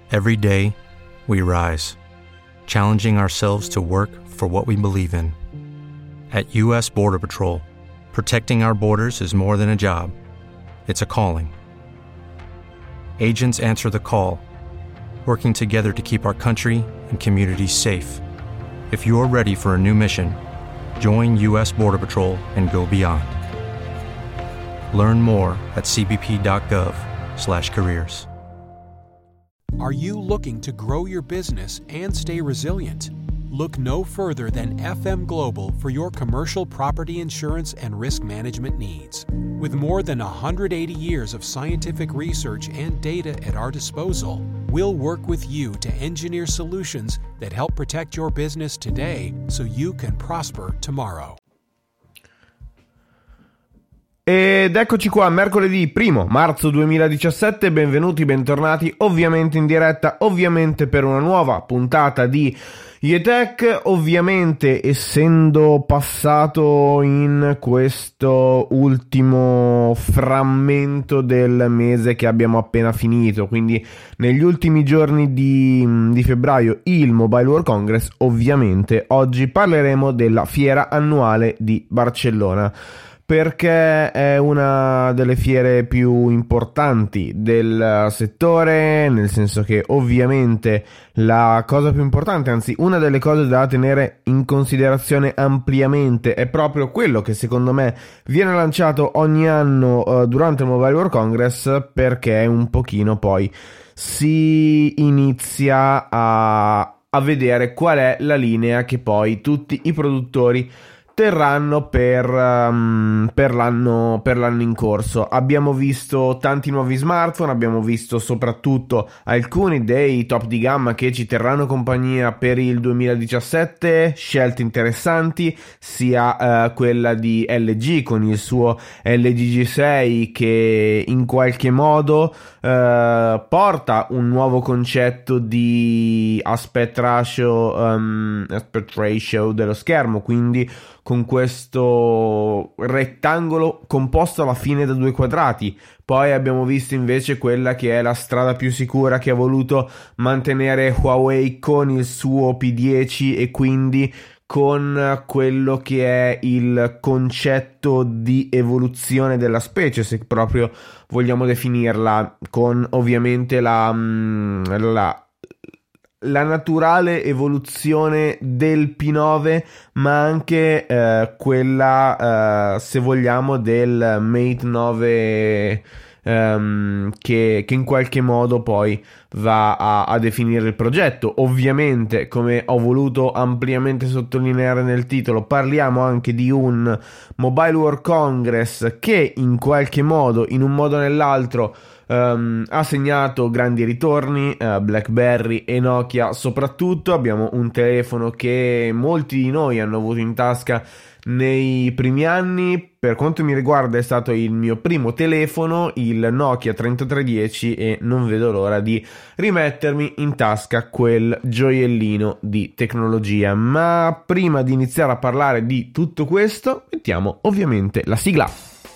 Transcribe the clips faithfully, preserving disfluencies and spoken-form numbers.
Every day, we rise, challenging ourselves to work for what we believe in. At U S Border Patrol, protecting our borders is more than a job. It's a calling. Agents answer the call, working together to keep our country and communities safe. If you're ready for a new mission, join U S Border Patrol and go beyond. Learn more at c b p dot gov slash careers. Are you looking to grow your business and stay resilient? Look no further than F M Global for your commercial property insurance and risk management needs. With more than one hundred eighty years of scientific research and data at our disposal, we'll work with you to engineer solutions that help protect your business today so you can prosper tomorrow. Ed eccoci qua, mercoledì primo marzo duemiladiciassette, benvenuti, bentornati, ovviamente in diretta, ovviamente per una nuova puntata di YETech, ovviamente essendo passato in questo ultimo frammento del mese che abbiamo appena finito, quindi negli ultimi giorni di, di febbraio, il Mobile World Congress, ovviamente oggi parleremo della fiera annuale di Barcellona, perché è una delle fiere più importanti del settore, nel senso che ovviamente la cosa più importante, anzi una delle cose da tenere in considerazione ampiamente, è proprio quello che secondo me viene lanciato ogni anno uh, durante il Mobile World Congress, perché un pochino poi si inizia a, a vedere qual è la linea che poi tutti i produttori terranno per, um, per, l'anno, per l'anno in corso. Abbiamo visto tanti nuovi smartphone, abbiamo visto soprattutto alcuni dei top di gamma che ci terranno compagnia per il duemiladiciassette, scelte interessanti, sia uh, quella di L G con il suo L G G sei che in qualche modo uh, porta un nuovo concetto di aspect ratio, um, aspect ratio dello schermo, quindi con questo rettangolo composto alla fine da due quadrati. Poi abbiamo visto invece quella che è la strada più sicura che ha voluto mantenere Huawei con il suo P dieci e quindi con quello che è il concetto di evoluzione della specie, se proprio vogliamo definirla, con ovviamente la, la la naturale evoluzione del P nove, ma anche eh, quella, eh, se vogliamo, del Mate nove, ehm, che, che in qualche modo poi va a, a definire il progetto. Ovviamente, come ho voluto ampiamente sottolineare nel titolo, parliamo anche di un Mobile World Congress che in qualche modo, in un modo o nell'altro, Um, ha segnato grandi ritorni, uh, BlackBerry e Nokia soprattutto. Abbiamo un telefono che molti di noi hanno avuto in tasca nei primi anni. Per quanto mi riguarda è stato il mio primo telefono, il Nokia trentatré dieci, e non vedo l'ora di rimettermi in tasca quel gioiellino di tecnologia. Ma prima di iniziare a parlare di tutto questo, mettiamo ovviamente la sigla.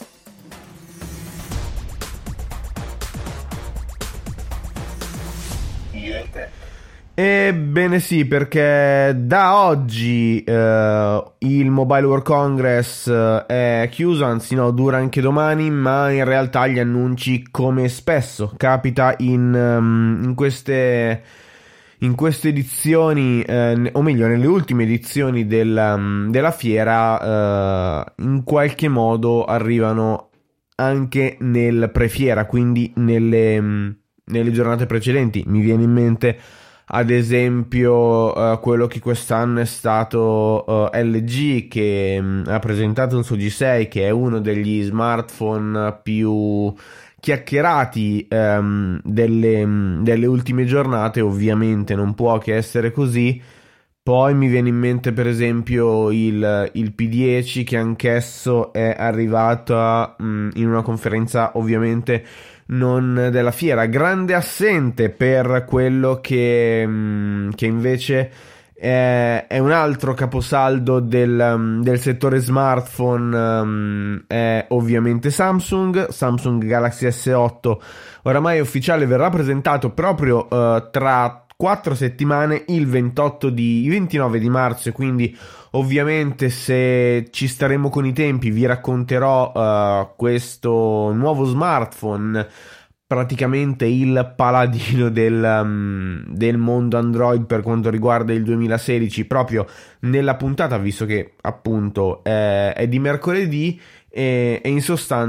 Ebbene sì, perché da oggi eh, il Mobile World Congress è chiuso, anzi no, dura anche domani, ma in realtà gli annunci, come spesso capita in, um, in queste... in queste edizioni, eh, o meglio nelle ultime edizioni del, um, della fiera, eh, in qualche modo arrivano anche nel prefiera, quindi nelle, um, nelle giornate precedenti. Mi viene in mente ad esempio uh, quello che quest'anno è stato uh, L G, che um, ha presentato il suo G sei, che è uno degli smartphone più chiacchierati um, delle, um, delle ultime giornate. Ovviamente non può che essere così. Poi mi viene in mente per esempio il, il P dieci, che anch'esso è arrivato um, in una conferenza ovviamente non della fiera, grande assente per quello che, che invece è, è un altro caposaldo del, um, del settore smartphone, um, è ovviamente Samsung. Samsung Galaxy S otto oramai ufficiale, verrà presentato proprio uh, tra quattro settimane, il ventotto di, il ventinove di marzo, e quindi ovviamente se ci staremo con i tempi vi racconterò uh, questo nuovo smartphone, praticamente il paladino del, um, del mondo Android per quanto riguarda il duemilasedici, proprio nella puntata, visto che appunto è, è di mercoledì, e, e in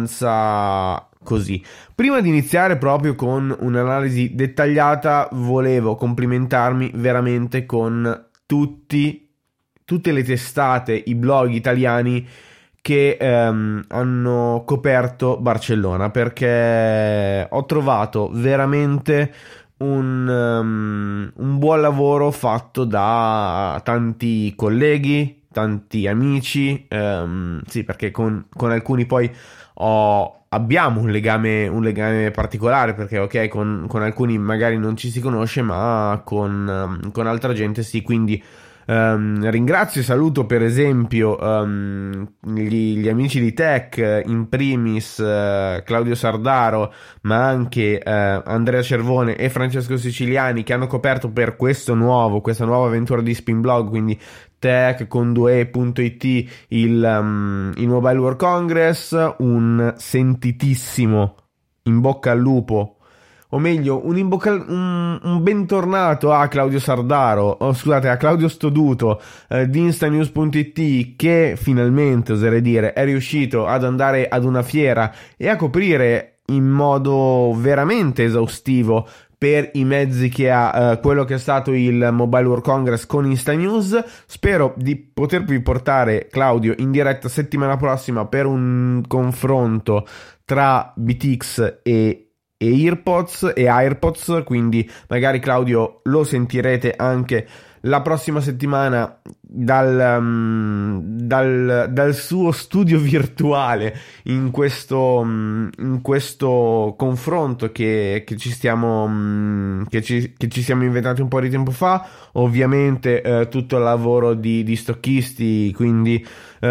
sostanza così. Prima di iniziare proprio con un'analisi dettagliata, volevo complimentarmi veramente con tutti, tutte le testate, i blog italiani che ehm, hanno coperto Barcellona, perché ho trovato veramente un, um, un buon lavoro fatto da tanti colleghi, tanti amici, ehm, sì, perché con, con alcuni poi ho, abbiamo un legame, un legame particolare, perché ok, con, con alcuni magari non ci si conosce, ma con, um, con altra gente sì, quindi Um, ringrazio e saluto per esempio um, gli, gli amici di Tech, in primis uh, Claudio Sardaro, ma anche uh, Andrea Cervone e Francesco Siciliani, che hanno coperto per questo nuovo, questa nuova avventura di Spinblog, quindi tech con due e punto it, il, um, il Mobile World Congress. Un sentitissimo in bocca al lupo, o meglio un, imbocca, un, un bentornato a Claudio Sardaro, oh, scusate, a Claudio Stoduto eh, di instanews punto it, che finalmente, oserei dire, è riuscito ad andare ad una fiera e a coprire in modo veramente esaustivo, per i mezzi che ha, eh, quello che è stato il Mobile World Congress con Instanews. Spero di potervi portare Claudio in diretta settimana prossima per un confronto tra B T X e e AirPods e AirPods, quindi magari Claudio lo sentirete anche la prossima settimana dal, um, dal, dal suo studio virtuale in questo, um, in questo confronto che, che ci stiamo um, che, ci, che ci siamo inventati un po' di tempo fa. Ovviamente eh, tutto il lavoro di, di stocchisti, quindi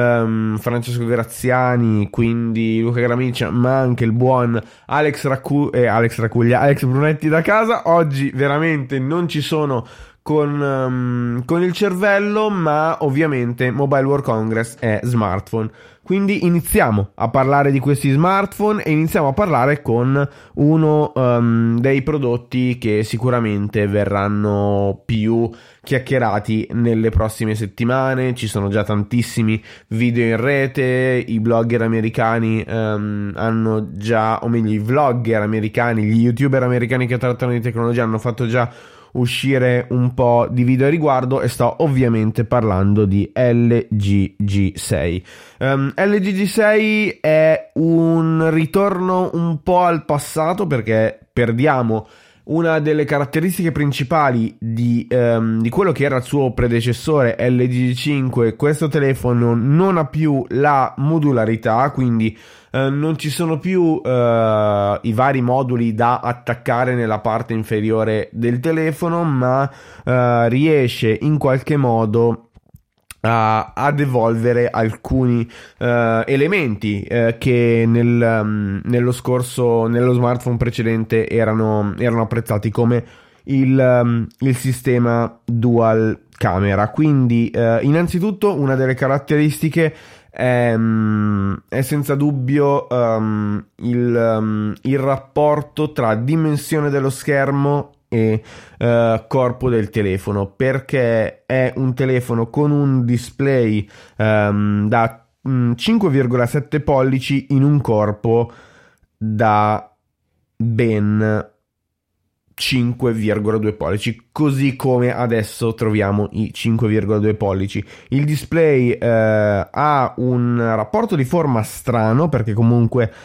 um, Francesco Graziani, quindi Luca Gramiccia, ma anche il buon Alex Raccu- eh, Alex Racuglia, Alex Brunetti da casa. Oggi veramente non ci sono Con, um, con il cervello, ma ovviamente Mobile World Congress è smartphone, quindi iniziamo a parlare di questi smartphone e iniziamo a parlare con uno um, dei prodotti che sicuramente verranno più chiacchierati nelle prossime settimane. Ci sono già tantissimi video in rete, i blogger americani um, hanno già, o meglio i vlogger americani, gli youtuber americani che trattano di tecnologia hanno fatto già uscire un po' di video a riguardo, e sto ovviamente parlando di L G G sei. um, L G G sei è un ritorno un po' al passato, perché perdiamo una delle caratteristiche principali di, um, di quello che era il suo predecessore L G G cinque. Questo telefono non ha più la modularità, quindi uh, non ci sono più uh, i vari moduli da attaccare nella parte inferiore del telefono, ma uh, riesce in qualche modo Uh, ad evolvere alcuni uh, elementi uh, che nel, um, nello scorso nello smartphone precedente erano, erano apprezzati, come il, um, il sistema dual camera. Quindi uh, innanzitutto una delle caratteristiche è, um, è senza dubbio um, il, um, il rapporto tra dimensione dello schermo e uh, corpo del telefono, perché è un telefono con un display um, da um, cinque virgola sette pollici in un corpo da ben cinque virgola due pollici, così come adesso troviamo i cinque virgola due pollici. Il display uh, ha un rapporto di forma strano, perché comunque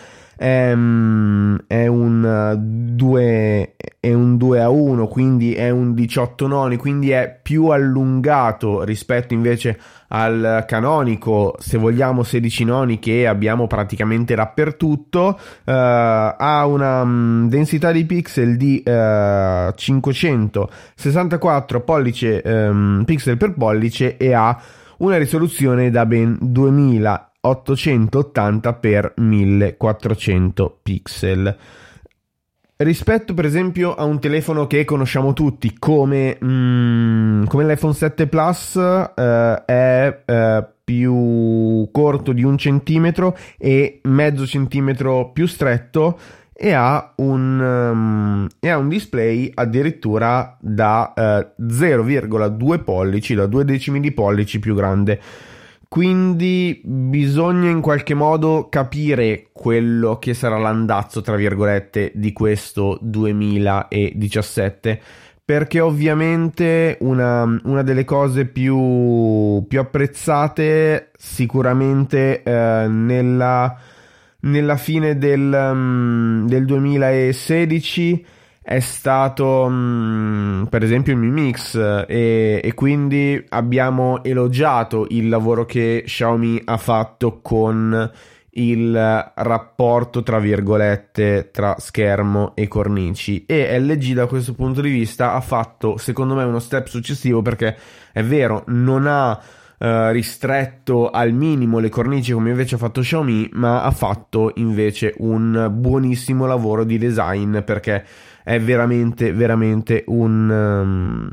è, mm, è un due è un due a uno, quindi è un diciotto noni, quindi è più allungato rispetto invece al canonico, se vogliamo, sedici noni che abbiamo praticamente dappertutto. Uh, ha una um, densità di pixel di uh, cinquecentosessantaquattro pollice, um, pixel per pollice, e ha una risoluzione da ben duemilaottocentottanta per millequattrocento pixel. Rispetto per esempio a un telefono che conosciamo tutti come, mm, come l'iPhone sette Plus, eh, è eh, più corto di un centimetro e mezzo centimetro più stretto, e ha un, um, e ha un display addirittura da eh, zero virgola due pollici, da due decimi di pollici più grande. Quindi bisogna in qualche modo capire quello che sarà l'andazzo, tra virgolette, di questo duemiladiciassette, perché ovviamente una, una delle cose più, più apprezzate sicuramente eh, nella, nella fine del, um, del duemilasedici è stato um, per esempio il Mi Mix, e, e quindi abbiamo elogiato il lavoro che Xiaomi ha fatto con il rapporto, tra virgolette, tra schermo e cornici, e L G da questo punto di vista ha fatto secondo me uno step successivo, perché è vero, non ha Uh, ristretto al minimo le cornici come invece ha fatto Xiaomi, ma ha fatto invece un buonissimo lavoro di design, perché è veramente veramente un um,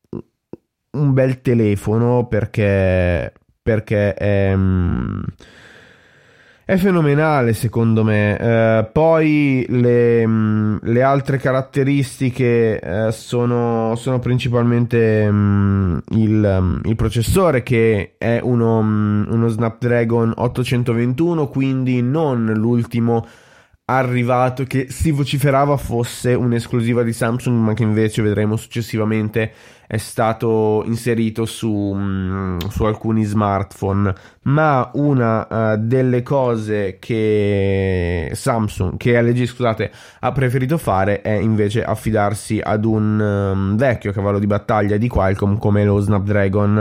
un bel telefono, perché perché è um, è fenomenale secondo me. Uh, poi le, um, le altre caratteristiche uh, sono, sono principalmente um, il, um, il processore, che è uno, um, uno Snapdragon ottocentoventuno, quindi non l'ultimo arrivato che si vociferava fosse un'esclusiva di Samsung, ma che invece vedremo successivamente è stato inserito su, um, su alcuni smartphone. Ma una uh, delle cose che Samsung, che L G scusate, ha preferito fare è invece affidarsi ad un um, vecchio cavallo di battaglia di Qualcomm come lo Snapdragon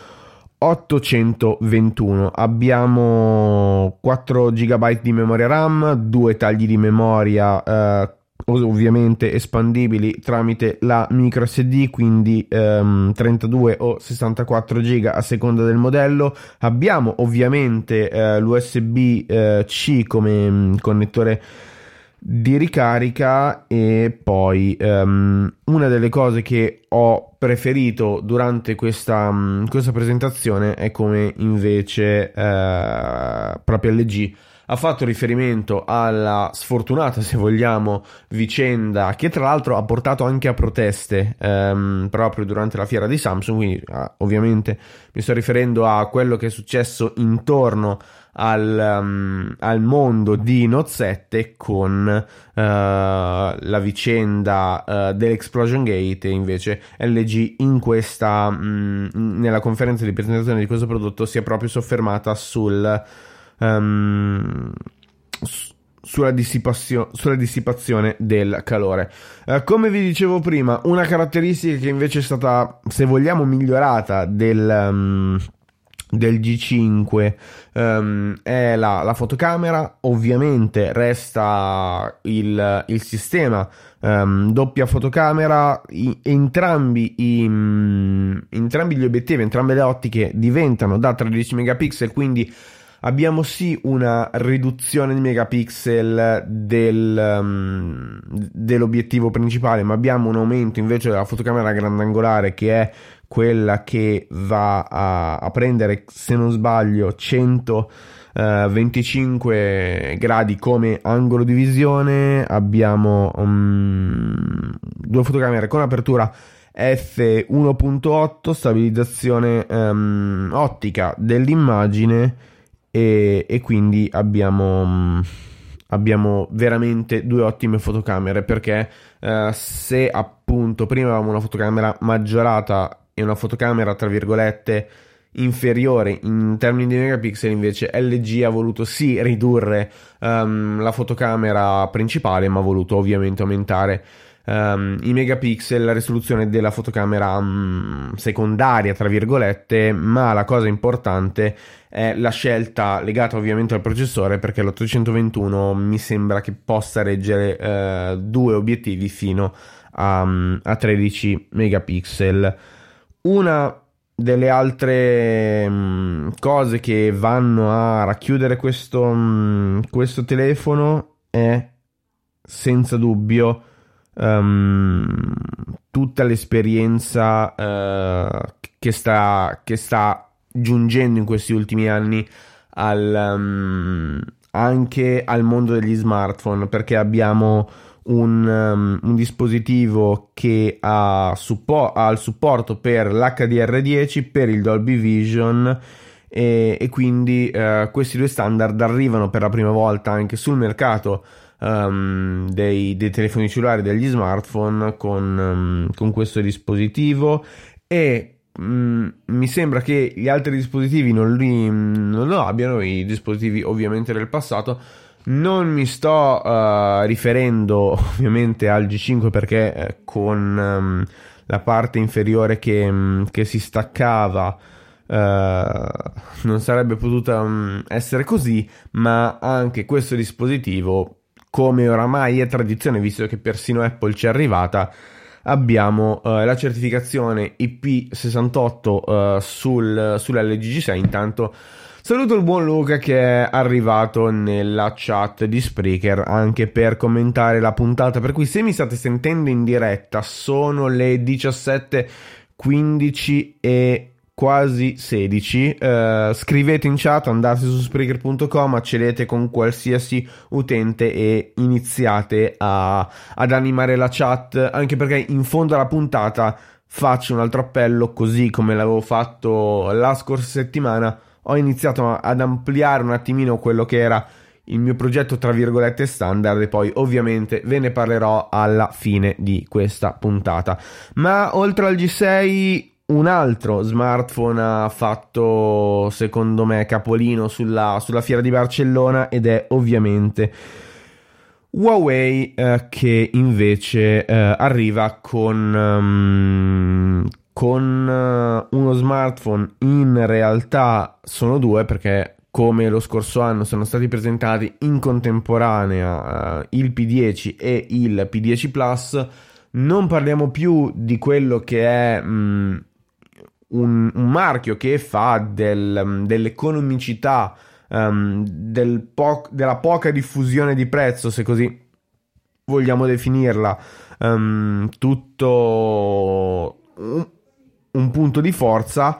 ottocentoventuno. Abbiamo quattro giga di memoria RAM, due tagli di memoria eh, ovviamente espandibili tramite la micro S D, quindi ehm, trentadue o sessantaquattro giga a seconda del modello. Abbiamo ovviamente eh, l'U S B C come mh, connettore di ricarica, e poi um, una delle cose che ho preferito durante questa, um, questa presentazione è come invece uh, proprio L G ha fatto riferimento alla sfortunata, se vogliamo, vicenda che tra l'altro ha portato anche a proteste um, proprio durante la fiera di Samsung, quindi uh, ovviamente mi sto riferendo a quello che è successo intorno Al, um, al mondo di Note sette con uh, la vicenda uh, dell'Explosion Gate. E invece L G in questa um, nella conferenza di presentazione di questo prodotto si è proprio soffermata sul um, sulla, dissipazio- sulla dissipazione del calore. Uh, come vi dicevo prima, una caratteristica che invece è stata, se vogliamo, migliorata del um, del G cinque um, è la, la fotocamera. Ovviamente resta il, il sistema um, doppia fotocamera. I, entrambi, i, um, entrambi gli obiettivi, entrambe le ottiche diventano da tredici megapixel, quindi abbiamo sì una riduzione di megapixel del, um, dell'obiettivo principale, ma abbiamo un aumento invece della fotocamera grandangolare, che è quella che va a, a prendere, se non sbaglio, centoventicinque gradi come angolo di visione. Abbiamo um, due fotocamere con apertura effe uno punto otto, stabilizzazione um, ottica dell'immagine, e, e quindi abbiamo... Um, abbiamo veramente due ottime fotocamere, perché uh, se appunto prima avevamo una fotocamera maggiorata e una fotocamera tra virgolette inferiore in termini di megapixel, invece L G ha voluto sì ridurre um, la fotocamera principale, ma ha voluto ovviamente aumentare um, i megapixel, la risoluzione della fotocamera um, secondaria tra virgolette. Ma la cosa importante è la scelta legata ovviamente al processore, perché l'ottocentoventuno mi sembra che possa reggere uh, due obiettivi fino a, um, a tredici megapixel. Una delle altre mh, cose che vanno a racchiudere questo, mh, questo telefono è senza dubbio um, tutta l'esperienza uh, che sta, che sta giungendo in questi ultimi anni al, um, anche al mondo degli smartphone, perché abbiamo Un, um, un dispositivo che ha, suppo- ha il supporto per l'H D R dieci, per il Dolby Vision, e, e quindi uh, questi due standard arrivano per la prima volta anche sul mercato um, dei, dei telefoni cellulari, degli smartphone, con, um, con questo dispositivo. E um, mi sembra che gli altri dispositivi non, li, non lo abbiano, i dispositivi ovviamente del passato. Non mi sto uh, riferendo ovviamente al G cinque, perché eh, con um, la parte inferiore che, um, che si staccava uh, non sarebbe potuta um, essere così, ma anche questo dispositivo, come oramai è tradizione, visto che persino Apple ci è arrivata, abbiamo uh, la certificazione I P sessantotto uh, sul, sull'L G G sei. Intanto saluto il buon Luca che è arrivato nella chat di Spreaker anche per commentare la puntata, per cui se mi state sentendo in diretta sono le diciassette e quindici e quasi sedici. Uh, scrivete in chat, andate su Spreaker punto com, accedete con qualsiasi utente e iniziate a, ad animare la chat, anche perché in fondo alla puntata faccio un altro appello, così come l'avevo fatto la scorsa settimana. Ho iniziato ad ampliare un attimino quello che era il mio progetto tra virgolette standard, e poi ovviamente ve ne parlerò alla fine di questa puntata. Ma oltre al G sei, un altro smartphone ha fatto secondo me capolino sulla, sulla fiera di Barcellona, ed è ovviamente Huawei, eh, che invece eh, arriva con... Um, con uh, uno smartphone. In realtà sono due, perché come lo scorso anno sono stati presentati in contemporanea uh, il P dieci e il P dieci Plus. Non parliamo più di quello che è um, un, un marchio che fa del, um, dell'economicità, um, del po- della poca diffusione di prezzo, se così vogliamo definirla, um, tutto un, un punto di forza,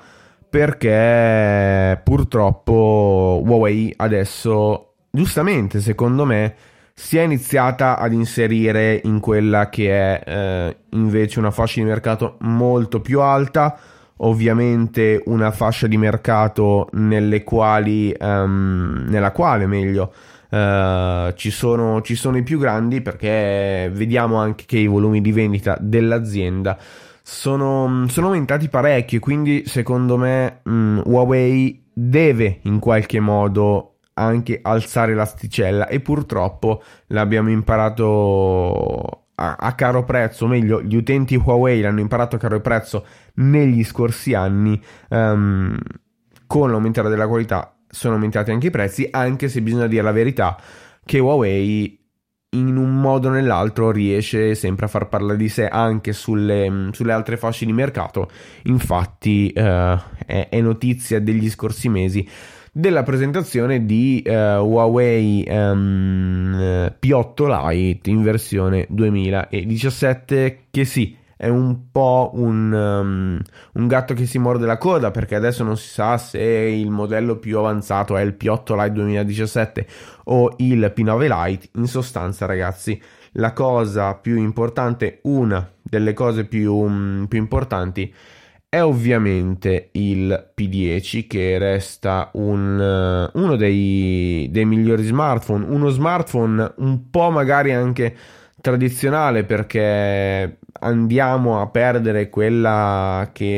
perché purtroppo Huawei adesso, giustamente secondo me, si è iniziata ad inserire in quella che è eh, invece una fascia di mercato molto più alta, ovviamente una fascia di mercato nelle quali um, nella quale meglio uh, ci sono ci sono i più grandi, perché vediamo anche che i volumi di vendita dell'azienda sono, sono aumentati parecchio, quindi secondo me mh, Huawei deve in qualche modo anche alzare l'asticella, e purtroppo l'abbiamo imparato a, a caro prezzo, o meglio gli utenti Huawei l'hanno imparato a caro prezzo negli scorsi anni. Um, con l'aumentare della qualità sono aumentati anche i prezzi, anche se bisogna dire la verità che Huawei in un modo o nell'altro riesce sempre a far parlare di sé anche sulle, sulle altre fasce di mercato. Infatti uh, è, è notizia degli scorsi mesi della presentazione di uh, Huawei um, P otto Lite in versione duemiladiciassette, che sì, è un po' un, um, un gatto che si morde la coda, perché adesso non si sa se il modello più avanzato è il P otto Lite duemiladiciassette o il P nove Lite. In sostanza, ragazzi, la cosa più importante, una delle cose più, um, più importanti, è ovviamente il P dieci, che resta un, uh, uno dei, dei migliori smartphone, uno smartphone un po' magari anche tradizionale, perché andiamo a perdere quella che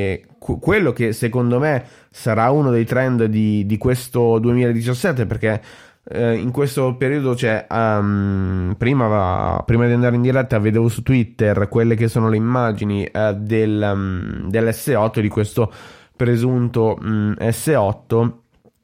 quello che secondo me sarà uno dei trend di, di questo duemiladiciassette, perché eh, in questo periodo c'è um, prima, va, prima di andare in diretta vedevo su Twitter quelle che sono le immagini eh, del, um, dell'esse otto, di questo presunto um, esse otto,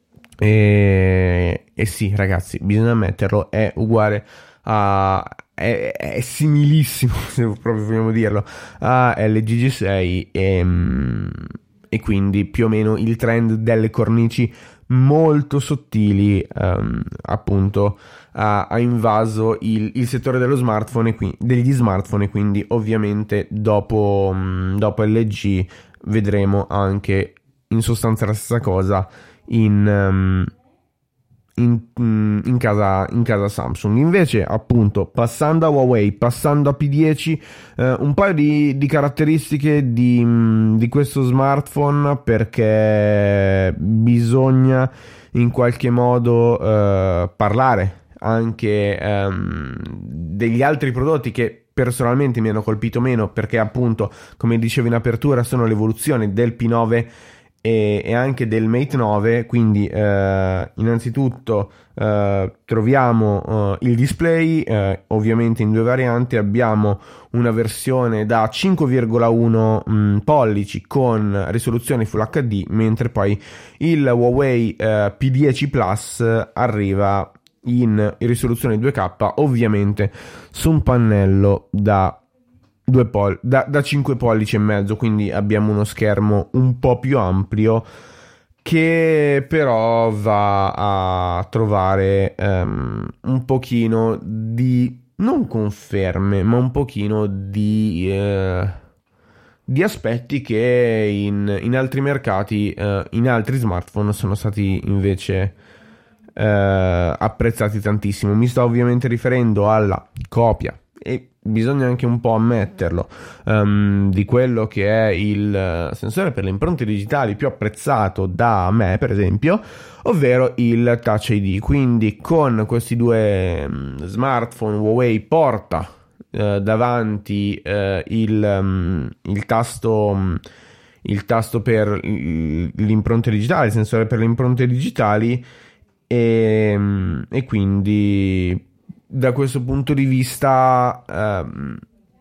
e, e sì ragazzi, bisogna ammetterlo, è uguale a È, è similissimo, se proprio vogliamo dirlo, a L G G sei, e, e quindi più o meno il trend delle cornici molto sottili um, appunto ha, ha invaso il, il settore dello smartphone e qui, degli smartphone, e quindi ovviamente dopo, um, dopo L G vedremo anche in sostanza la stessa cosa in... Um, In, in, casa, in casa Samsung. Invece appunto, passando a Huawei, passando a P dieci, eh, un paio di, di caratteristiche di, di questo smartphone, perché bisogna in qualche modo eh, parlare anche ehm, degli altri prodotti che personalmente mi hanno colpito meno, perché appunto, come dicevo in apertura, sono l'evoluzione del P nove e, e anche del Mate nove. Quindi eh, innanzitutto eh, troviamo eh, il display, eh, ovviamente in due varianti. Abbiamo una versione da cinque virgola uno mh, pollici con risoluzione Full acca di, mentre poi il Huawei eh, P dieci Plus arriva in risoluzione due K, ovviamente su un pannello da Due poll- da, da cinque pollici e mezzo, quindi abbiamo uno schermo un po' più ampio, che però va a trovare um, un pochino di, non conferme, ma un pochino di eh, di aspetti che in, in altri mercati, eh, in altri smartphone sono stati invece eh, apprezzati tantissimo. Mi sto ovviamente riferendo alla copia, e bisogna anche un po' ammetterlo, um, di quello che è il sensore per le impronte digitali più apprezzato da me, per esempio, ovvero il Touch I D. Quindi con questi due um, smartphone Huawei porta uh, davanti uh, il, um, il tasto um, il tasto per l'impronta digitale, il sensore per le impronte digitali, e, um, e quindi da questo punto di vista, ehm,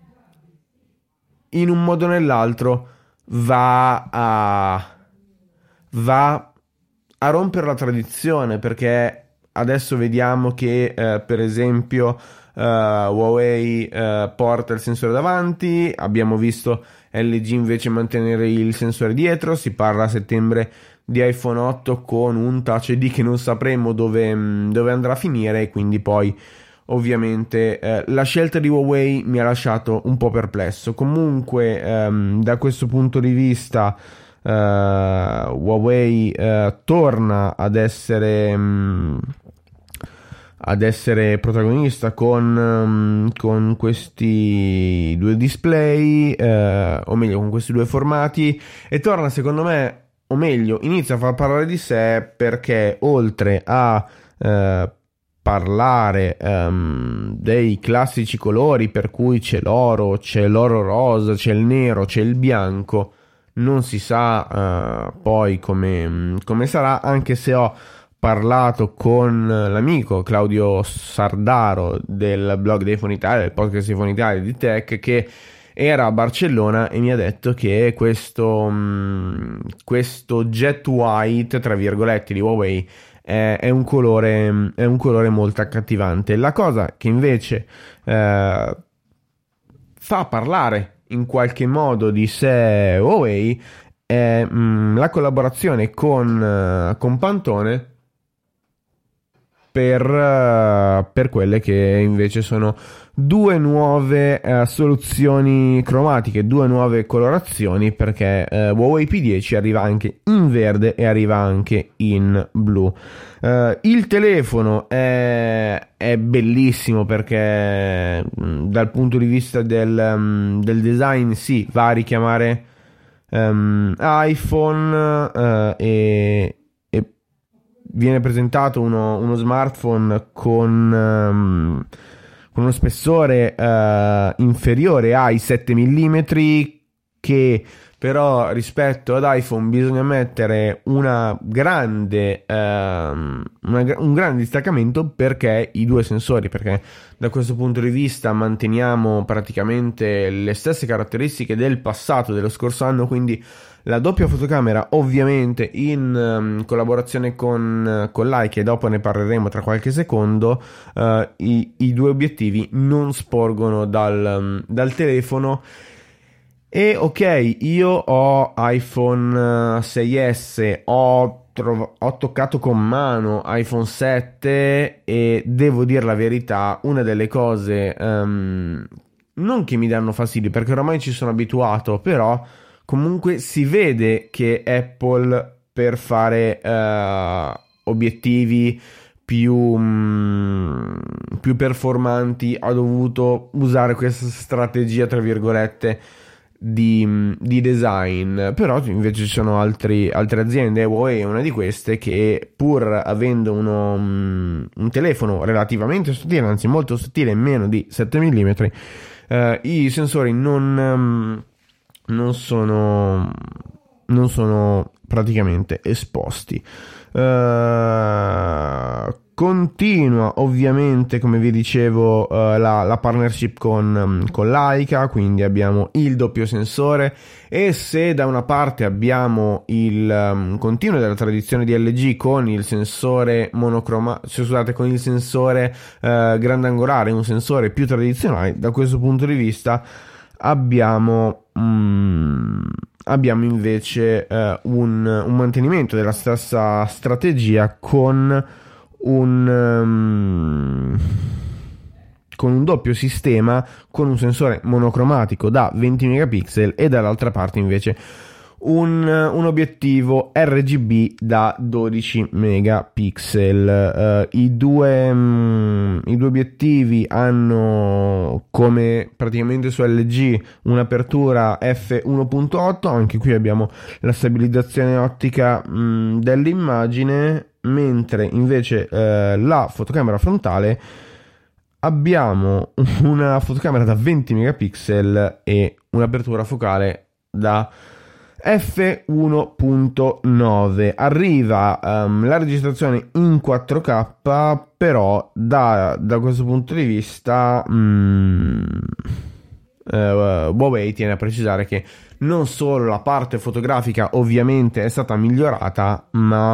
in un modo o nell'altro va a va a rompere la tradizione, perché adesso vediamo che eh, per esempio eh, Huawei eh, porta il sensore davanti, abbiamo visto L G invece mantenere il sensore dietro. Si parla a settembre di iPhone otto con un Touch I D che non sapremo dove, dove andrà a finire, e quindi poi ovviamente eh, la scelta di Huawei mi ha lasciato un po' perplesso. Comunque ehm, da questo punto di vista eh, Huawei eh, torna ad essere mh, ad essere protagonista con, um, con questi due display, eh, o meglio con questi due formati, e torna, secondo me, o meglio inizia a far parlare di sé, perché oltre a eh, parlare um, dei classici colori, per cui c'è l'oro, c'è l'oro rosa, c'è il nero, c'è il bianco, non si sa uh, poi come, come sarà, anche se ho parlato con l'amico Claudio Sardaro del blog di iPhone Italia, del podcast di iPhone Italia di Tech, che era a Barcellona e mi ha detto che questo, um, questo jet white, tra virgolette, di Huawei è, è un colore è un colore molto accattivante. La cosa che invece eh, fa parlare in qualche modo di sé Huawei è mh, la collaborazione con, uh, con Pantone per, uh, per quelle che invece sono due nuove uh, soluzioni cromatiche, due nuove colorazioni, perché uh, Huawei P dieci arriva anche in verde e arriva anche in blu. Uh, il telefono è, è bellissimo, perché mh, dal punto di vista del, um, del design sì, va a richiamare um, iPhone, uh, e viene presentato uno, uno smartphone con, um, con uno spessore uh, inferiore ai sette millimetri, che però rispetto ad iPhone bisogna mettere una grande, ehm, una, un grande distaccamento, perché i due sensori, perché da questo punto di vista manteniamo praticamente le stesse caratteristiche del passato, dello scorso anno, quindi la doppia fotocamera, ovviamente in um, collaborazione con, con Leica, e dopo ne parleremo tra qualche secondo, uh, i, i due obiettivi non sporgono dal, um, dal telefono. E ok, io ho iPhone sei esse, ho, trov- ho toccato con mano iPhone sette e devo dire la verità, una delle cose um, non che mi danno fastidio, perché oramai ci sono abituato, però comunque si vede che Apple, per fare uh, obiettivi più, mm, più performanti, ha dovuto usare questa strategia, tra virgolette, Di, di design. Però invece ci sono altri, altre aziende, Huawei è una di queste, che pur avendo uno, um, un telefono relativamente sottile, anzi molto sottile, meno di sette millimetri, eh, i sensori non, um, non sono non sono praticamente esposti. Uh, continua ovviamente, come vi dicevo, uh, la, la partnership con, um, con Leica, quindi abbiamo il doppio sensore, e se da una parte abbiamo il um, continuo della tradizione di L G con il sensore monocromato, cioè, scusate, con il sensore uh, grandangolare, un sensore più tradizionale, da questo punto di vista abbiamo mm, abbiamo invece eh, un, un mantenimento della stessa strategia con un um, con un doppio sistema, con un sensore monocromatico da venti megapixel e dall'altra parte invece un, un obiettivo R G B da dodici megapixel. Uh, i due um, i due obiettivi hanno, come praticamente su L G, un'apertura effe uno punto otto. Anche qui abbiamo la stabilizzazione ottica um, dell'immagine, mentre invece uh, la fotocamera frontale abbiamo una fotocamera da venti megapixel e un'apertura focale da effe uno punto nove. Arriva um, la registrazione in quattro K, però da, da questo punto di vista um, uh, Huawei tiene a precisare che non solo la parte fotografica ovviamente è stata migliorata, ma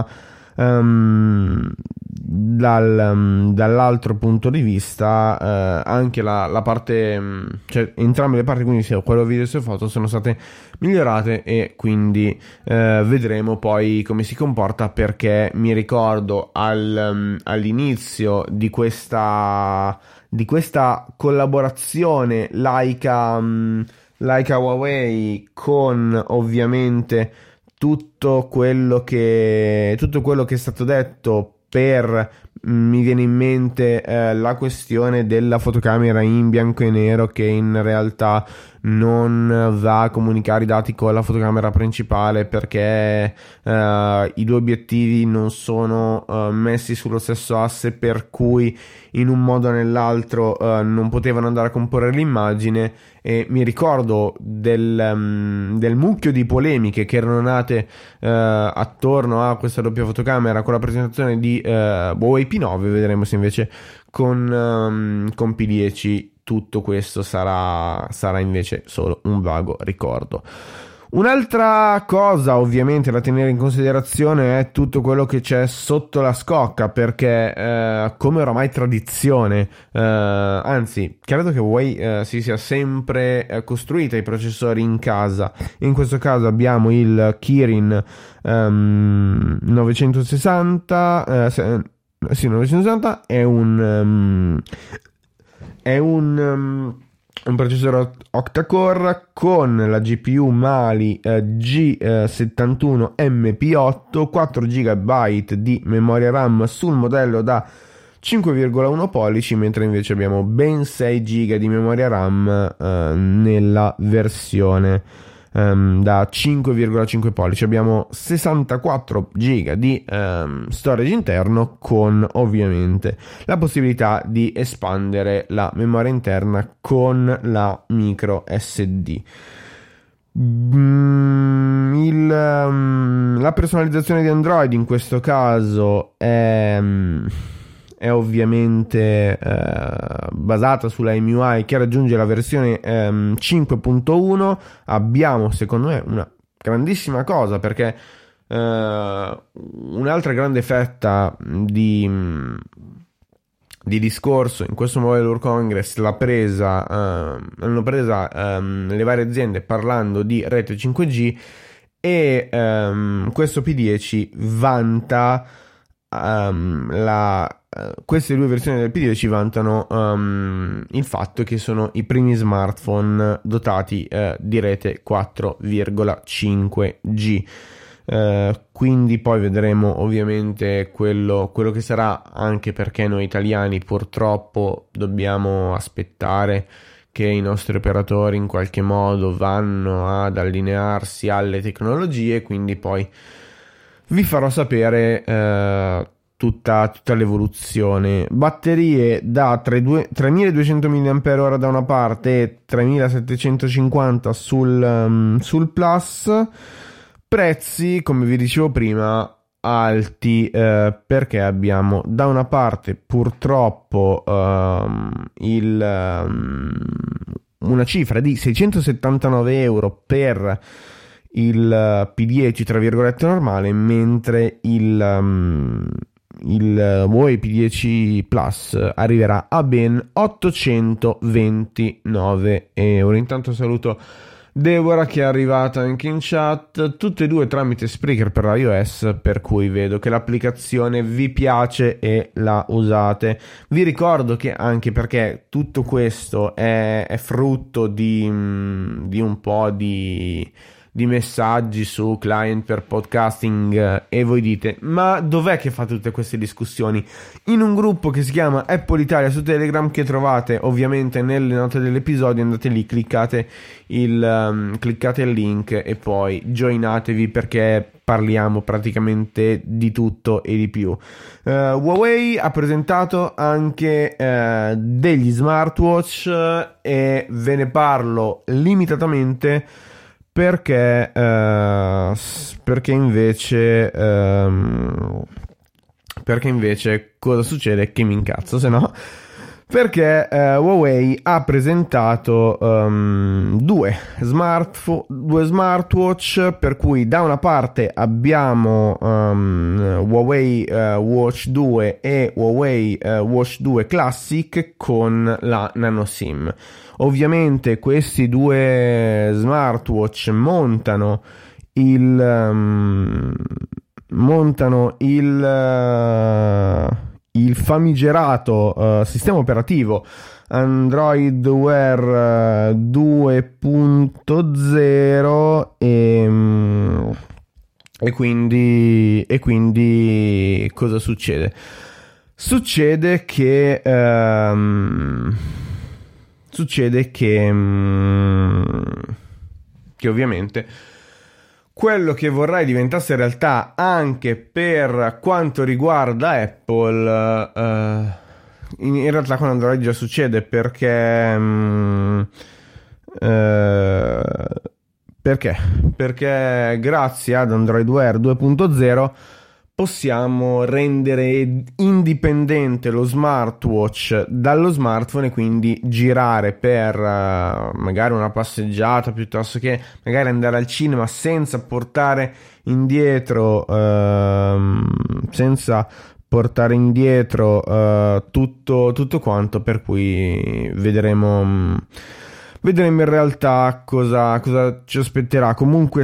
um, dal, um, dall'altro punto di vista uh, anche la, la parte, um, cioè entrambe le parti, quindi sia quello video sia foto, sono state migliorate, e quindi uh, vedremo poi come si comporta, perché mi ricordo al, um, all'inizio di questa di questa collaborazione Leica um, Leica Huawei, con ovviamente tutto quello che tutto quello che è stato detto, per mi viene in mente eh, la questione della fotocamera in bianco e nero, che in realtà non va a comunicare i dati con la fotocamera principale, perché eh, i due obiettivi non sono eh, messi sullo stesso asse, per cui in un modo o nell'altro eh, non potevano andare a comporre l'immagine. E mi ricordo del, um, del mucchio di polemiche che erano nate uh, attorno a questa doppia fotocamera con la presentazione di uh, Huawei P nove. Vedremo se invece con, um, con P dieci tutto questo sarà, sarà invece solo un vago ricordo. Un'altra cosa ovviamente da tenere in considerazione è tutto quello che c'è sotto la scocca, perché eh, come oramai tradizione, eh, anzi credo che Huawei eh, si sia sempre eh, costruita i processori in casa. In questo caso abbiamo il Kirin um, novecentosessanta, eh, se, sì, novecentosessanta è un um, è un um, un processore octa-core con la G P U Mali eh, G settantuno M P otto, quattro giga di memoria RAM sul modello da cinque virgola uno pollici, mentre invece abbiamo ben sei giga di memoria RAM eh, nella versione um, da cinque virgola cinque pollici. Abbiamo sessantaquattro giga di um, storage interno, con ovviamente la possibilità di espandere la memoria interna con la micro S D. Mm, il, um, la personalizzazione di Android in questo caso è, um, è ovviamente uh, basata sulla M U I che raggiunge la versione um, cinque punto uno. Abbiamo, secondo me, una grandissima cosa, perché uh, un'altra grande fetta di, di discorso in questo Mobile World Congress l'ha presa, uh, hanno presa um, le varie aziende parlando di rete cinque G, e um, questo P dieci vanta um, la queste due versioni del P dieci vantano um, il fatto che sono i primi smartphone dotati uh, di rete quattro virgola cinque G. Uh, quindi poi vedremo ovviamente quello, quello che sarà, anche perché noi italiani purtroppo dobbiamo aspettare che i nostri operatori in qualche modo vanno ad allinearsi alle tecnologie, quindi poi vi farò sapere uh, Tutta, tutta l'evoluzione. Batterie da tremiladuecento milliamperi orari da una parte e tremilasettecentocinquanta sul, um, sul Plus. Prezzi, come vi dicevo prima, alti, eh, perché abbiamo da una parte purtroppo um, il, um, una cifra di seicentosettantanove euro per il P dieci tra virgolette normale, mentre il um, il Huawei P dieci Plus arriverà a ben ottocentoventinove euro. Intanto saluto Deborah, che è arrivata anche in chat, tutte e due tramite Spreaker per iOS, per cui vedo che l'applicazione vi piace e la usate. Vi ricordo che, anche perché tutto questo è, è frutto di, di un po' di di messaggi su client per podcasting, e voi dite: ma dov'è che fate tutte queste discussioni? In un gruppo che si chiama Apple Italia su Telegram, che trovate ovviamente nelle note dell'episodio. Andate lì, cliccate il, um, cliccate il link e poi joinatevi, perché parliamo praticamente di tutto e di più. uh, Huawei ha presentato anche uh, degli smartwatch, e ve ne parlo limitatamente perché uh, perché invece um, perché invece cosa succede? Che mi incazzo, se no. Perché uh, Huawei ha presentato um, due, smartfo- due smartwatch, per cui da una parte abbiamo um, Huawei uh, Watch due e Huawei uh, Watch due Classic con la Nano SIM. Ovviamente questi due smartwatch montano il um, montano il uh, il famigerato uh, sistema operativo Android Wear uh, due punto zero, e, um, e quindi e quindi cosa succede? Succede che um, succede che um, che ovviamente quello che vorrei diventasse realtà anche per quanto riguarda Apple, uh, in, in realtà con Android già succede, perché um, uh, perché? Perché grazie ad Android Wear due punto zero possiamo rendere indipendente lo smartwatch dallo smartphone, e quindi girare per uh, magari una passeggiata, piuttosto che magari andare al cinema, senza portare indietro uh, senza portare indietro uh, tutto, tutto quanto, per cui vedremo um, Vedremo in realtà cosa, cosa ci aspetterà. Comunque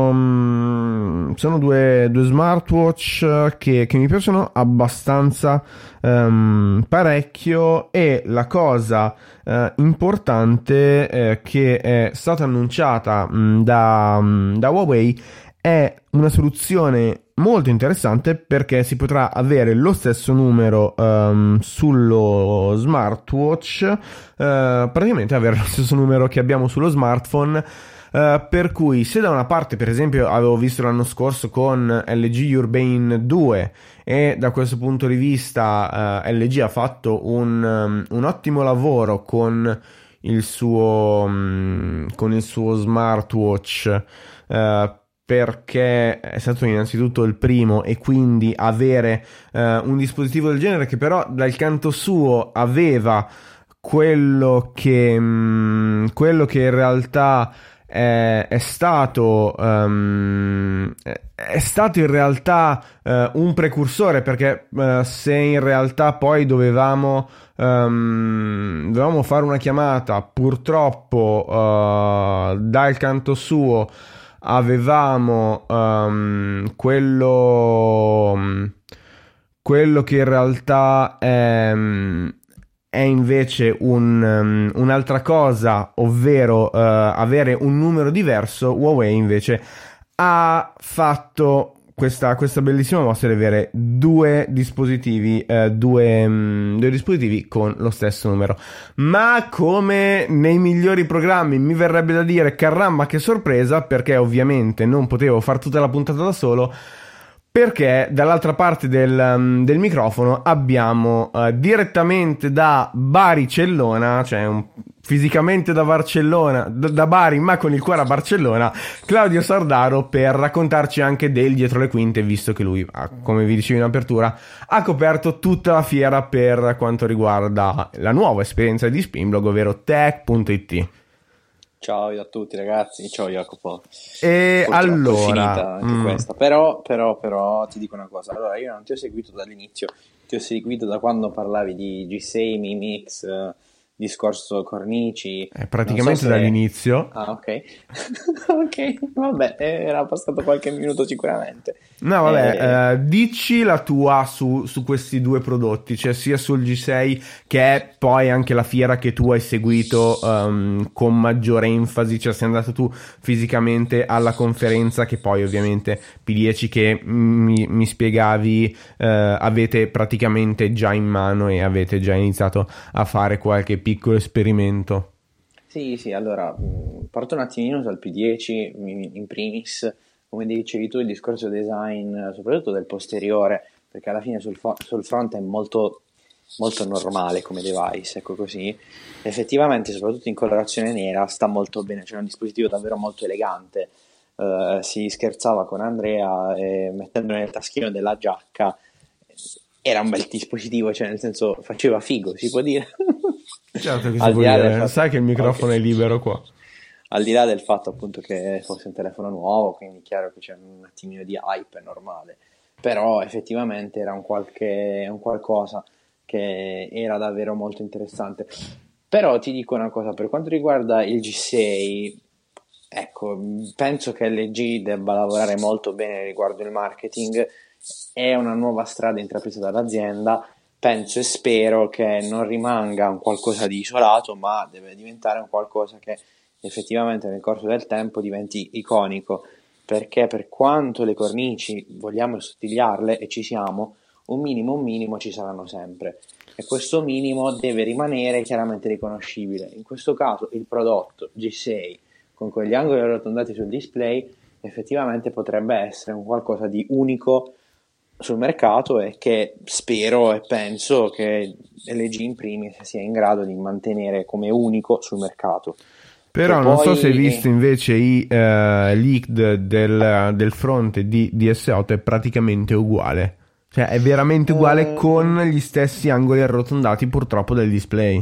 sono, sono due, due smartwatch che, che mi piacciono abbastanza um, parecchio, e la cosa uh, importante eh, che è stata annunciata mh, da, mh, da Huawei è una soluzione molto interessante, perché si potrà avere lo stesso numero um, sullo smartwatch, uh, praticamente avere lo stesso numero che abbiamo sullo smartphone, uh, per cui se da una parte, per esempio, avevo visto l'anno scorso con L G Urbane due, e da questo punto di vista uh, L G ha fatto un, um, un ottimo lavoro con il suo, mh, con il suo smartwatch, uh, perché è stato innanzitutto il primo, e quindi avere uh, un dispositivo del genere che però dal canto suo aveva quello che, mh, quello che in realtà è, è stato um, è stato in realtà uh, un precursore, perché uh, se in realtà poi dovevamo um, dovevamo fare una chiamata, purtroppo uh, dal canto suo avevamo um, quello quello che in realtà è, è invece un, um, un'altra cosa, ovvero uh, avere un numero diverso. Huawei invece ha fatto questa, questa bellissima mossa di avere due dispositivi, uh, due, um, due dispositivi con lo stesso numero. Ma come nei migliori programmi mi verrebbe da dire caramba che sorpresa, perché ovviamente non potevo far tutta la puntata da solo, perché dall'altra parte del, um, del microfono abbiamo uh, direttamente da Baricellona, cioè un, fisicamente da Barcellona, d- da Bari ma con il cuore a Barcellona, Claudio Sardaro, per raccontarci anche del dietro le quinte, visto che lui, come vi dicevo in apertura, ha coperto tutta la fiera per quanto riguarda la nuova esperienza di Spinblog, ovvero tech punto it. Ciao a tutti ragazzi, ciao Jacopo. E Purtroppo allora è finita anche mm. questa, però, però, però ti dico una cosa, allora io non ti ho seguito dall'inizio, ti ho seguito da quando parlavi di G sei, Mi Mix, eh, discorso cornici. È praticamente so se... dall'inizio. Ah, ok. Ok, vabbè, era passato qualche minuto sicuramente. No, vabbè, eh... eh, dici la tua su, su questi due prodotti, cioè sia sul G sei, che è poi anche la fiera che tu hai seguito um, con maggiore enfasi, cioè sei andato tu fisicamente alla conferenza, che poi ovviamente P dieci che mi, mi spiegavi eh, avete praticamente già in mano e avete già iniziato a fare qualche piccolo esperimento. Sì, sì, allora parto un attimino dal P dieci in primis. Come dicevi tu, il discorso design, soprattutto del posteriore, perché alla fine sul, fo- sul front è molto, molto normale come device, ecco così. Effettivamente, soprattutto in colorazione nera, sta molto bene, c'è un dispositivo davvero molto elegante. Uh, si scherzava con Andrea e mettendolo nel taschino della giacca, era un bel dispositivo, cioè nel senso faceva figo, si può dire. Certo che si può dire, fatto... sai che il microfono okay. È libero qua. Al di là del fatto appunto che fosse un telefono nuovo, quindi chiaro che c'è un attimino di hype, è normale, però effettivamente era un, qualche, un qualcosa che era davvero molto interessante. Però ti dico una cosa, per quanto riguarda il G sei, ecco, penso che L G debba lavorare molto bene riguardo il marketing, è una nuova strada intrapresa dall'azienda, penso e spero che non rimanga un qualcosa di isolato, ma deve diventare un qualcosa che effettivamente nel corso del tempo diventi iconico, perché per quanto le cornici vogliamo sottigliarle, e ci siamo, un minimo un minimo ci saranno sempre, e questo minimo deve rimanere chiaramente riconoscibile. In questo caso il prodotto G sei con quegli angoli arrotondati sul display effettivamente potrebbe essere un qualcosa di unico sul mercato, e che spero e penso che L G in primis sia in grado di mantenere come unico sul mercato. Però e non poi... so se hai visto invece i uh, leak del, del fronte di D S otto, è praticamente uguale, cioè è veramente uguale, uh... con gli stessi angoli arrotondati purtroppo del display.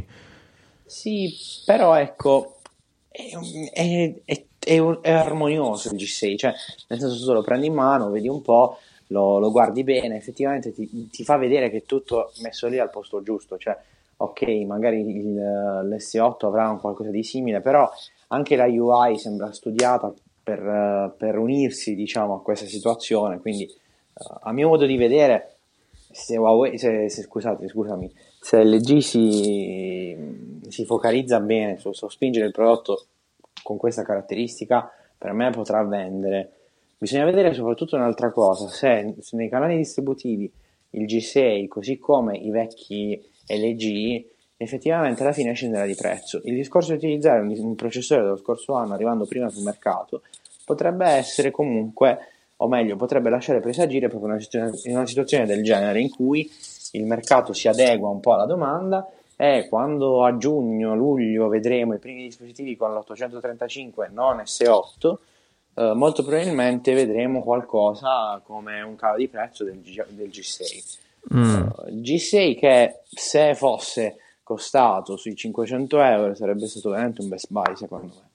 Sì, però ecco è, è, è, è, è armonioso il G sei, cioè nel senso tu lo prendi in mano, vedi un po', lo, lo guardi bene, effettivamente ti, ti fa vedere che è tutto messo lì al posto giusto, cioè ok, magari il, l'S otto avrà un qualcosa di simile, però anche la U I sembra studiata per, per unirsi, diciamo, a questa situazione, quindi uh, a mio modo di vedere, se Huawei, se, se, scusate, scusami, se L G si, si focalizza bene su, su spingere il prodotto con questa caratteristica, per me potrà vendere. Bisogna vedere soprattutto un'altra cosa, se, se nei canali distributivi il G sei, così come i vecchi L G, effettivamente alla fine scenderà di prezzo. Il discorso di utilizzare un, un processore dello scorso anno arrivando prima sul mercato potrebbe essere comunque, o meglio, potrebbe lasciare presagire proprio una situazione, in una situazione del genere in cui il mercato si adegua un po' alla domanda e quando a giugno, luglio vedremo i primi dispositivi con l'ottocentotrentacinque non S otto, eh, molto probabilmente vedremo qualcosa come un calo di prezzo del, G- del G sei. Mm. Uh, G sei che se fosse costato sui cinquecento euro sarebbe stato veramente un best buy, secondo me.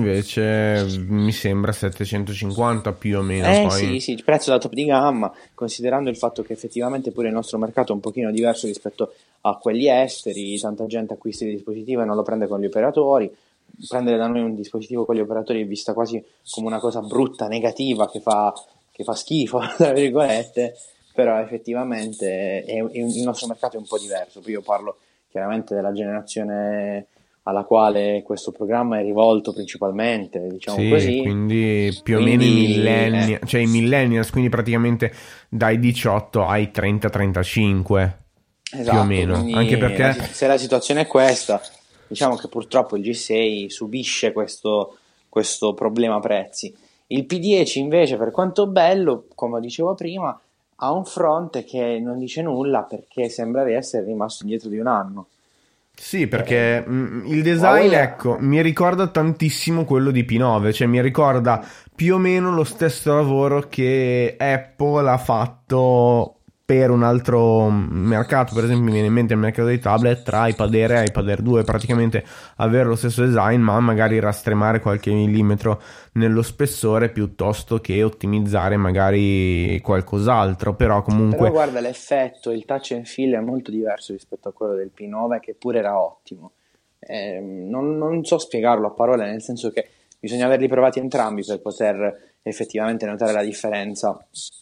Invece mi sembra settecentocinquanta più o meno. Eh poi. sì, sì, il prezzo da top di gamma, considerando il fatto che effettivamente pure il nostro mercato è un pochino diverso rispetto a quelli esteri, tanta gente acquista il dispositivo e non lo prende con gli operatori. Prendere da noi un dispositivo con gli operatori è vista quasi come una cosa brutta, negativa, che fa, che fa schifo, tra virgolette, però effettivamente è, è, il nostro mercato è un po' diverso. Poi io parlo chiaramente della generazione alla quale questo programma è rivolto principalmente, diciamo sì, così. Quindi più quindi, o meno i millennials, eh. cioè i millennials, quindi praticamente dai diciotto ai trenta trentacinque, Esatto, più o meno. Anche perché la, se la situazione è questa, diciamo che purtroppo il G sei subisce questo, questo problema prezzi. Il P dieci invece, per quanto bello, come dicevo prima, ha un fronte che non dice nulla perché sembra di essere rimasto indietro di un anno. Sì, perché mh, il design, ecco, mi ricorda tantissimo quello di P nove, cioè mi ricorda più o meno lo stesso lavoro che Apple ha fatto per un altro mercato. Per esempio mi viene in mente il mercato dei tablet, tra iPad Air e iPad Air due, praticamente avere lo stesso design ma magari rastremare qualche millimetro nello spessore piuttosto che ottimizzare magari qualcos'altro, però comunque... Però guarda, l'effetto, il touch and feel è molto diverso rispetto a quello del P nove, che pure era ottimo. Eh, non, non so spiegarlo a parole, nel senso che bisogna averli provati entrambi per poter effettivamente notare la differenza,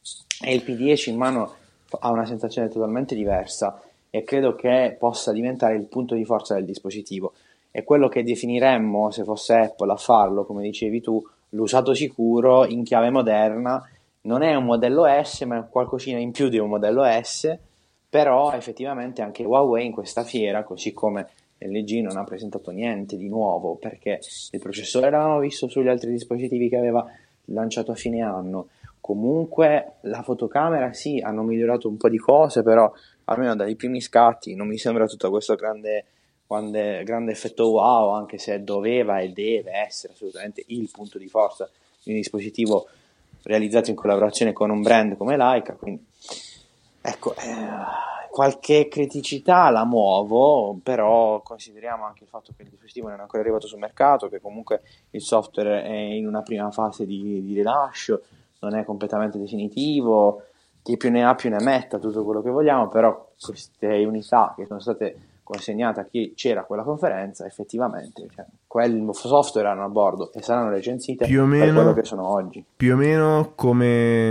e il P dieci in mano ha una sensazione totalmente diversa e credo che possa diventare il punto di forza del dispositivo. È quello che definiremmo, se fosse Apple a farlo, come dicevi tu, l'usato sicuro in chiave moderna. Non è un modello S, ma è qualcosina in più di un modello S, però effettivamente anche Huawei in questa fiera, così come L G, non ha presentato niente di nuovo, perché il processore l'avevamo visto sugli altri dispositivi che aveva lanciato a fine anno. Comunque la fotocamera sì, hanno migliorato un po' di cose, però almeno dai primi scatti non mi sembra tutto questo grande, grande, grande effetto wow, anche se doveva e deve essere assolutamente il punto di forza di un dispositivo realizzato in collaborazione con un brand come Leica. Quindi ecco, eh, qualche criticità la muovo, però consideriamo anche il fatto che il dispositivo non è ancora arrivato sul mercato, che comunque il software è in una prima fase di, di rilascio, non è completamente definitivo, chi più ne ha più ne metta, tutto quello che vogliamo, però queste unità che sono state consegnate a chi c'era a quella conferenza, effettivamente, cioè, quel software erano a bordo e saranno recensite più o meno, per quello che sono oggi. Più o meno come,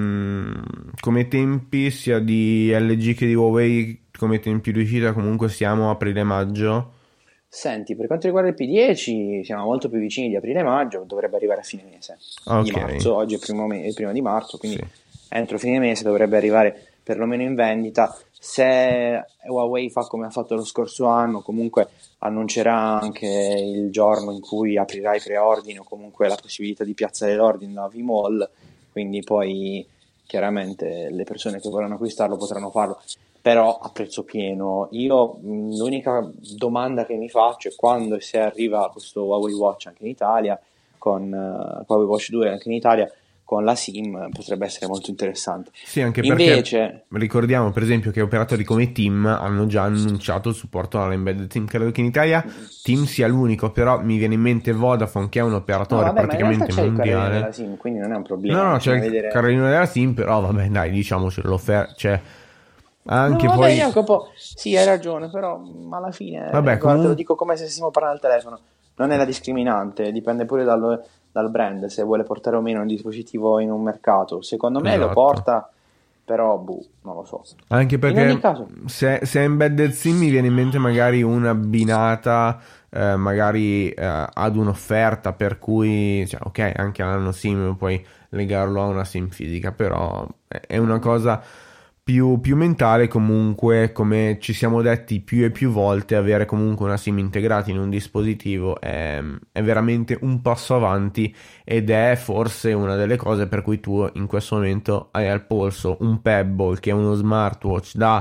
mh, come tempi sia di L G che di Huawei, come tempi di uscita, comunque siamo aprile-maggio. Senti, per quanto riguarda il P dieci siamo molto più vicini di aprile-maggio, dovrebbe arrivare a fine mese okay. di marzo, oggi è il primo, me- il primo di marzo, quindi sì. Entro fine mese dovrebbe arrivare perlomeno in vendita. Se Huawei fa come ha fatto lo scorso anno, comunque annuncerà anche il giorno in cui aprirà i preordini o comunque la possibilità di piazzare l'ordine da V-Mall, quindi poi chiaramente le persone che vogliono acquistarlo potranno farlo, però a prezzo pieno. Io l'unica domanda che mi faccio è quando e se arriva questo Huawei Watch anche in Italia, con uh, Huawei Watch due anche in Italia, con la SIM potrebbe essere molto interessante. Sì, anche Invece, perché ricordiamo per esempio che operatori come TIM hanno già annunciato il supporto all'embedded SIM. Credo che in Italia TIM sia l'unico, però mi viene in mente Vodafone, che è un operatore no, vabbè, praticamente ma in realtà c'è mondiale. il della SIM, quindi non è un problema. No, no, c'è il vedere... carrellino della SIM, però vabbè, dai, diciamocelo, l'offerta, cioè anche no, vabbè, poi Jacopo, sì, hai ragione, però alla fine, vabbè, guarda, comunque... te lo dico come se stessimo parlando al telefono, non è la discriminante, dipende pure dal, dal brand, se vuole portare o meno un dispositivo in un mercato. Secondo me esatto. lo porta, però boh, non lo so. Anche perché in ogni caso... se, se è embedded SIM mi viene in mente magari una abbinata eh, magari eh, ad un'offerta, per cui cioè, ok, anche l'anno SIM puoi legarlo a una SIM fisica, però è una cosa più, più mentale. Comunque, come ci siamo detti più e più volte, avere comunque una SIM integrata in un dispositivo è, è veramente un passo avanti, ed è forse una delle cose per cui tu in questo momento hai al polso un Pebble, che è uno smartwatch da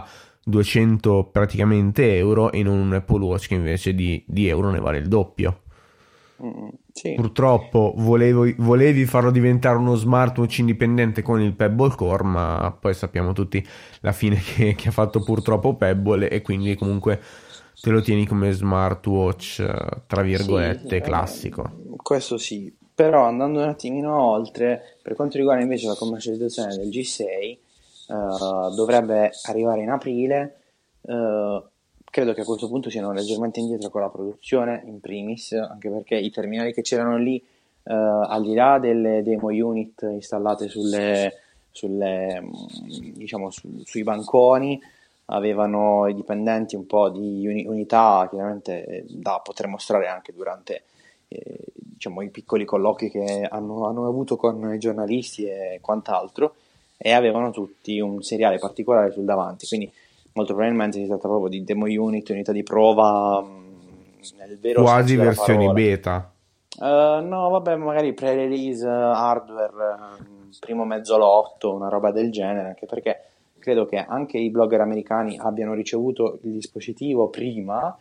duecento praticamente euro, e non un Apple Watch che invece di, di euro ne vale il doppio. Mm, sì. Purtroppo volevo, volevi farlo diventare uno smartwatch indipendente con il Pebble Core, ma poi sappiamo tutti la fine che, che ha fatto purtroppo Pebble, e quindi comunque te lo tieni come smartwatch tra virgolette Sì, classico. eh, questo sì, però andando un attimino oltre, per quanto riguarda invece la commercializzazione del G sei, eh, dovrebbe arrivare in aprile. eh, Credo che a questo punto siano leggermente indietro con la produzione, in primis, anche perché i terminali che c'erano lì, eh, al di là delle demo unit installate sulle, sulle mh, diciamo su- sui banconi, avevano i dipendenti un po' di uni- unità, chiaramente, eh, da poter mostrare anche durante, eh, diciamo, i piccoli colloqui che hanno, hanno avuto con i giornalisti e quant'altro, e avevano tutti un seriale particolare sul davanti, quindi molto probabilmente si tratta proprio di demo unit, unità di prova, mh, nel vero Quasi senso della versioni parola. beta. Eh, no, vabbè, magari pre-release eh, hardware, eh, primo mezzo lotto, una roba del genere, anche perché credo che anche i blogger americani abbiano ricevuto il dispositivo prima,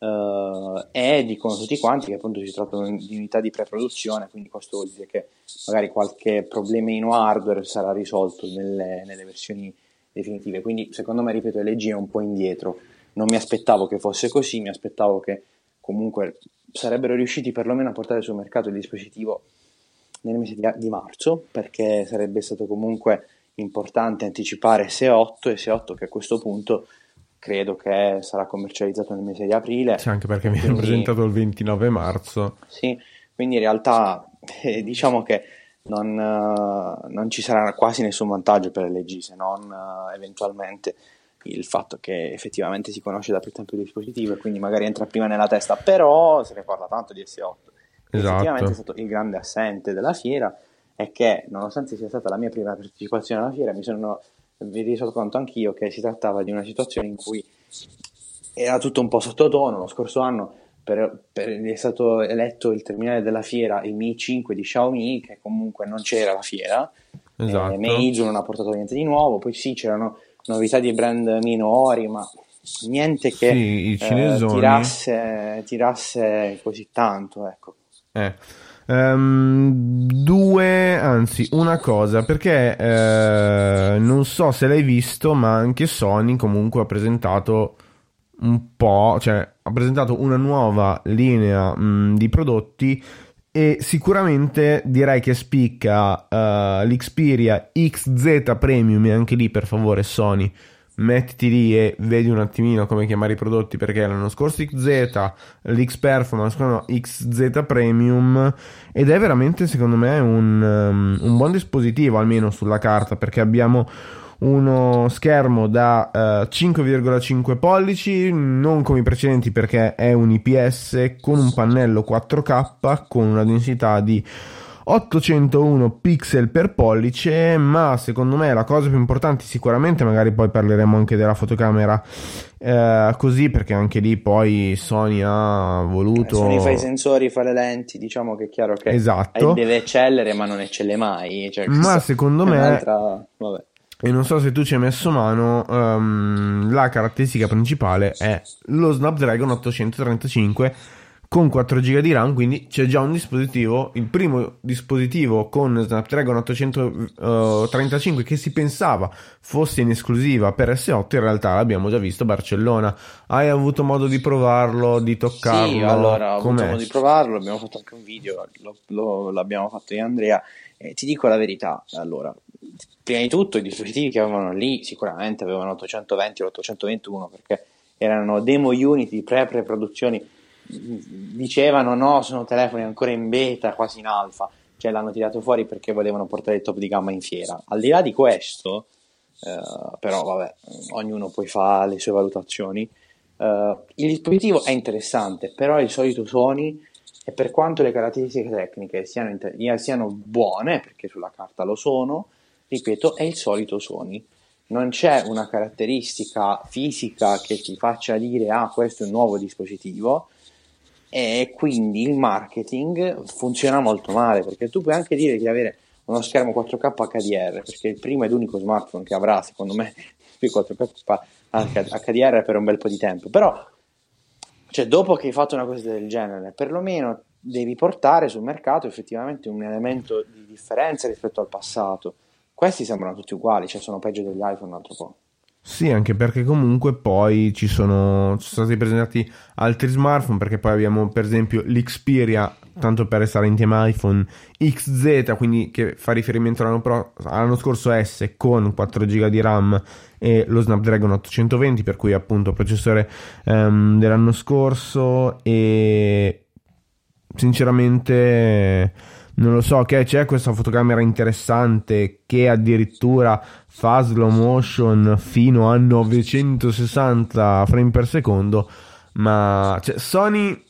eh, e dicono tutti quanti che appunto si tratta di unità di pre-produzione, quindi questo vuol dire che magari qualche problemino hardware sarà risolto nelle, nelle versioni definitive. Quindi secondo me, ripeto, L G è un po' indietro. Non mi aspettavo che fosse così, mi aspettavo che comunque sarebbero riusciti perlomeno a portare sul mercato il dispositivo nel mese di, di marzo, perché sarebbe stato comunque importante anticipare S E otto, e S E otto che a questo punto credo che sarà commercializzato nel mese di aprile. Sì, anche perché mi hanno Quindi, presentato il ventinove marzo. sì, quindi in realtà eh, diciamo che non, eh, non ci sarà quasi nessun vantaggio per L G, se non eh, eventualmente il fatto che effettivamente si conosce da più tempo il dispositivo e quindi magari entra prima nella testa, però se ne parla tanto di S otto. Esatto. Effettivamente è stato il grande assente della fiera, è che nonostante sia stata la mia prima partecipazione alla fiera, mi sono mi reso conto anch'io che si trattava di una situazione in cui era tutto un po' sottotono. Lo scorso anno per, per, è stato eletto il terminale della fiera il Mi cinque di Xiaomi, che comunque non c'era alla fiera. Esatto. eh, Meizu non ha portato niente di nuovo, poi sì, c'erano novità di brand minori, ma niente che Sì, i eh, cinesoni. tirasse, tirasse così tanto, ecco. Eh. Ehm, due, anzi una cosa, perché eh, non so se l'hai visto, ma anche Sony comunque ha presentato un po', cioè ha presentato una nuova linea mh, di prodotti, e sicuramente direi che spicca eh, l'Xperia X Z Premium, e anche lì per favore Sony mettiti lì e vedi un attimino come chiamare i prodotti, perché l'anno scorso X Z, l'X Performance, no, X Z Premium, ed è veramente secondo me un, um, un buon dispositivo, almeno sulla carta, perché abbiamo uno schermo da uh, cinque virgola cinque pollici, non come i precedenti perché è un I P S, con un pannello quattro K con una densità di ottocentouno pixel per pollice, ma secondo me la cosa più importante, sicuramente magari poi parleremo anche della fotocamera, eh, così, perché anche lì poi Sony ha voluto... Sony fa i sensori, fa le lenti, diciamo che è chiaro che esatto, deve eccellere ma non eccelle mai, cioè, ma secondo me... un'altra... Vabbè. E non so se tu ci hai messo mano, um, la caratteristica principale è lo Snapdragon ottocentotrentacinque con quattro giga di RAM, quindi c'è già un dispositivo, il primo dispositivo con Snapdragon ottocentotrentacinque che si pensava fosse in esclusiva per S otto, in realtà l'abbiamo già visto a Barcellona. Hai avuto modo di provarlo, di toccarlo? Sì, allora ho Com'è? avuto modo di provarlo, abbiamo fatto anche un video, lo, lo- l'abbiamo fatto io e Andrea, e ti dico la verità, allora, prima di tutto i dispositivi che avevano lì sicuramente avevano ottocentoventi o ottocentoventuno, perché erano demo unit di pre-pre-produzioni, dicevano no, sono telefoni ancora in beta, quasi in alfa, cioè l'hanno tirato fuori perché volevano portare il top di gamma in fiera. Al di là di questo, eh, però vabbè, ognuno poi fa le sue valutazioni. Eh, il dispositivo è interessante, però è il solito Sony, e per quanto le caratteristiche tecniche siano, inter- siano buone, perché sulla carta lo sono, ripeto, è il solito Sony. Non c'è una caratteristica fisica che ti faccia dire ah, questo è un nuovo dispositivo, e quindi il marketing funziona molto male, perché tu puoi anche dire di avere uno schermo quattro K H D R, perché è il primo ed unico smartphone che avrà, secondo me, più quattro K H D R per un bel po' di tempo, però cioè, dopo che hai fatto una cosa del genere, perlomeno devi portare sul mercato effettivamente un elemento di differenza rispetto al passato. Questi sembrano tutti uguali, cioè sono peggio degli iPhone un altro po'. Sì, anche perché comunque poi ci sono, ci sono stati presentati altri smartphone, perché poi abbiamo per esempio l'Xperia, tanto per restare in tema iPhone, X Z, quindi che fa riferimento all'anno, pro, all'anno scorso S con quattro giga di RAM e lo Snapdragon ottocentoventi, per cui appunto processore um, dell'anno scorso, e sinceramente non lo so, che c'è questa fotocamera interessante che addirittura fa slow motion fino a novecentosessanta frame per secondo, ma cioè, Sony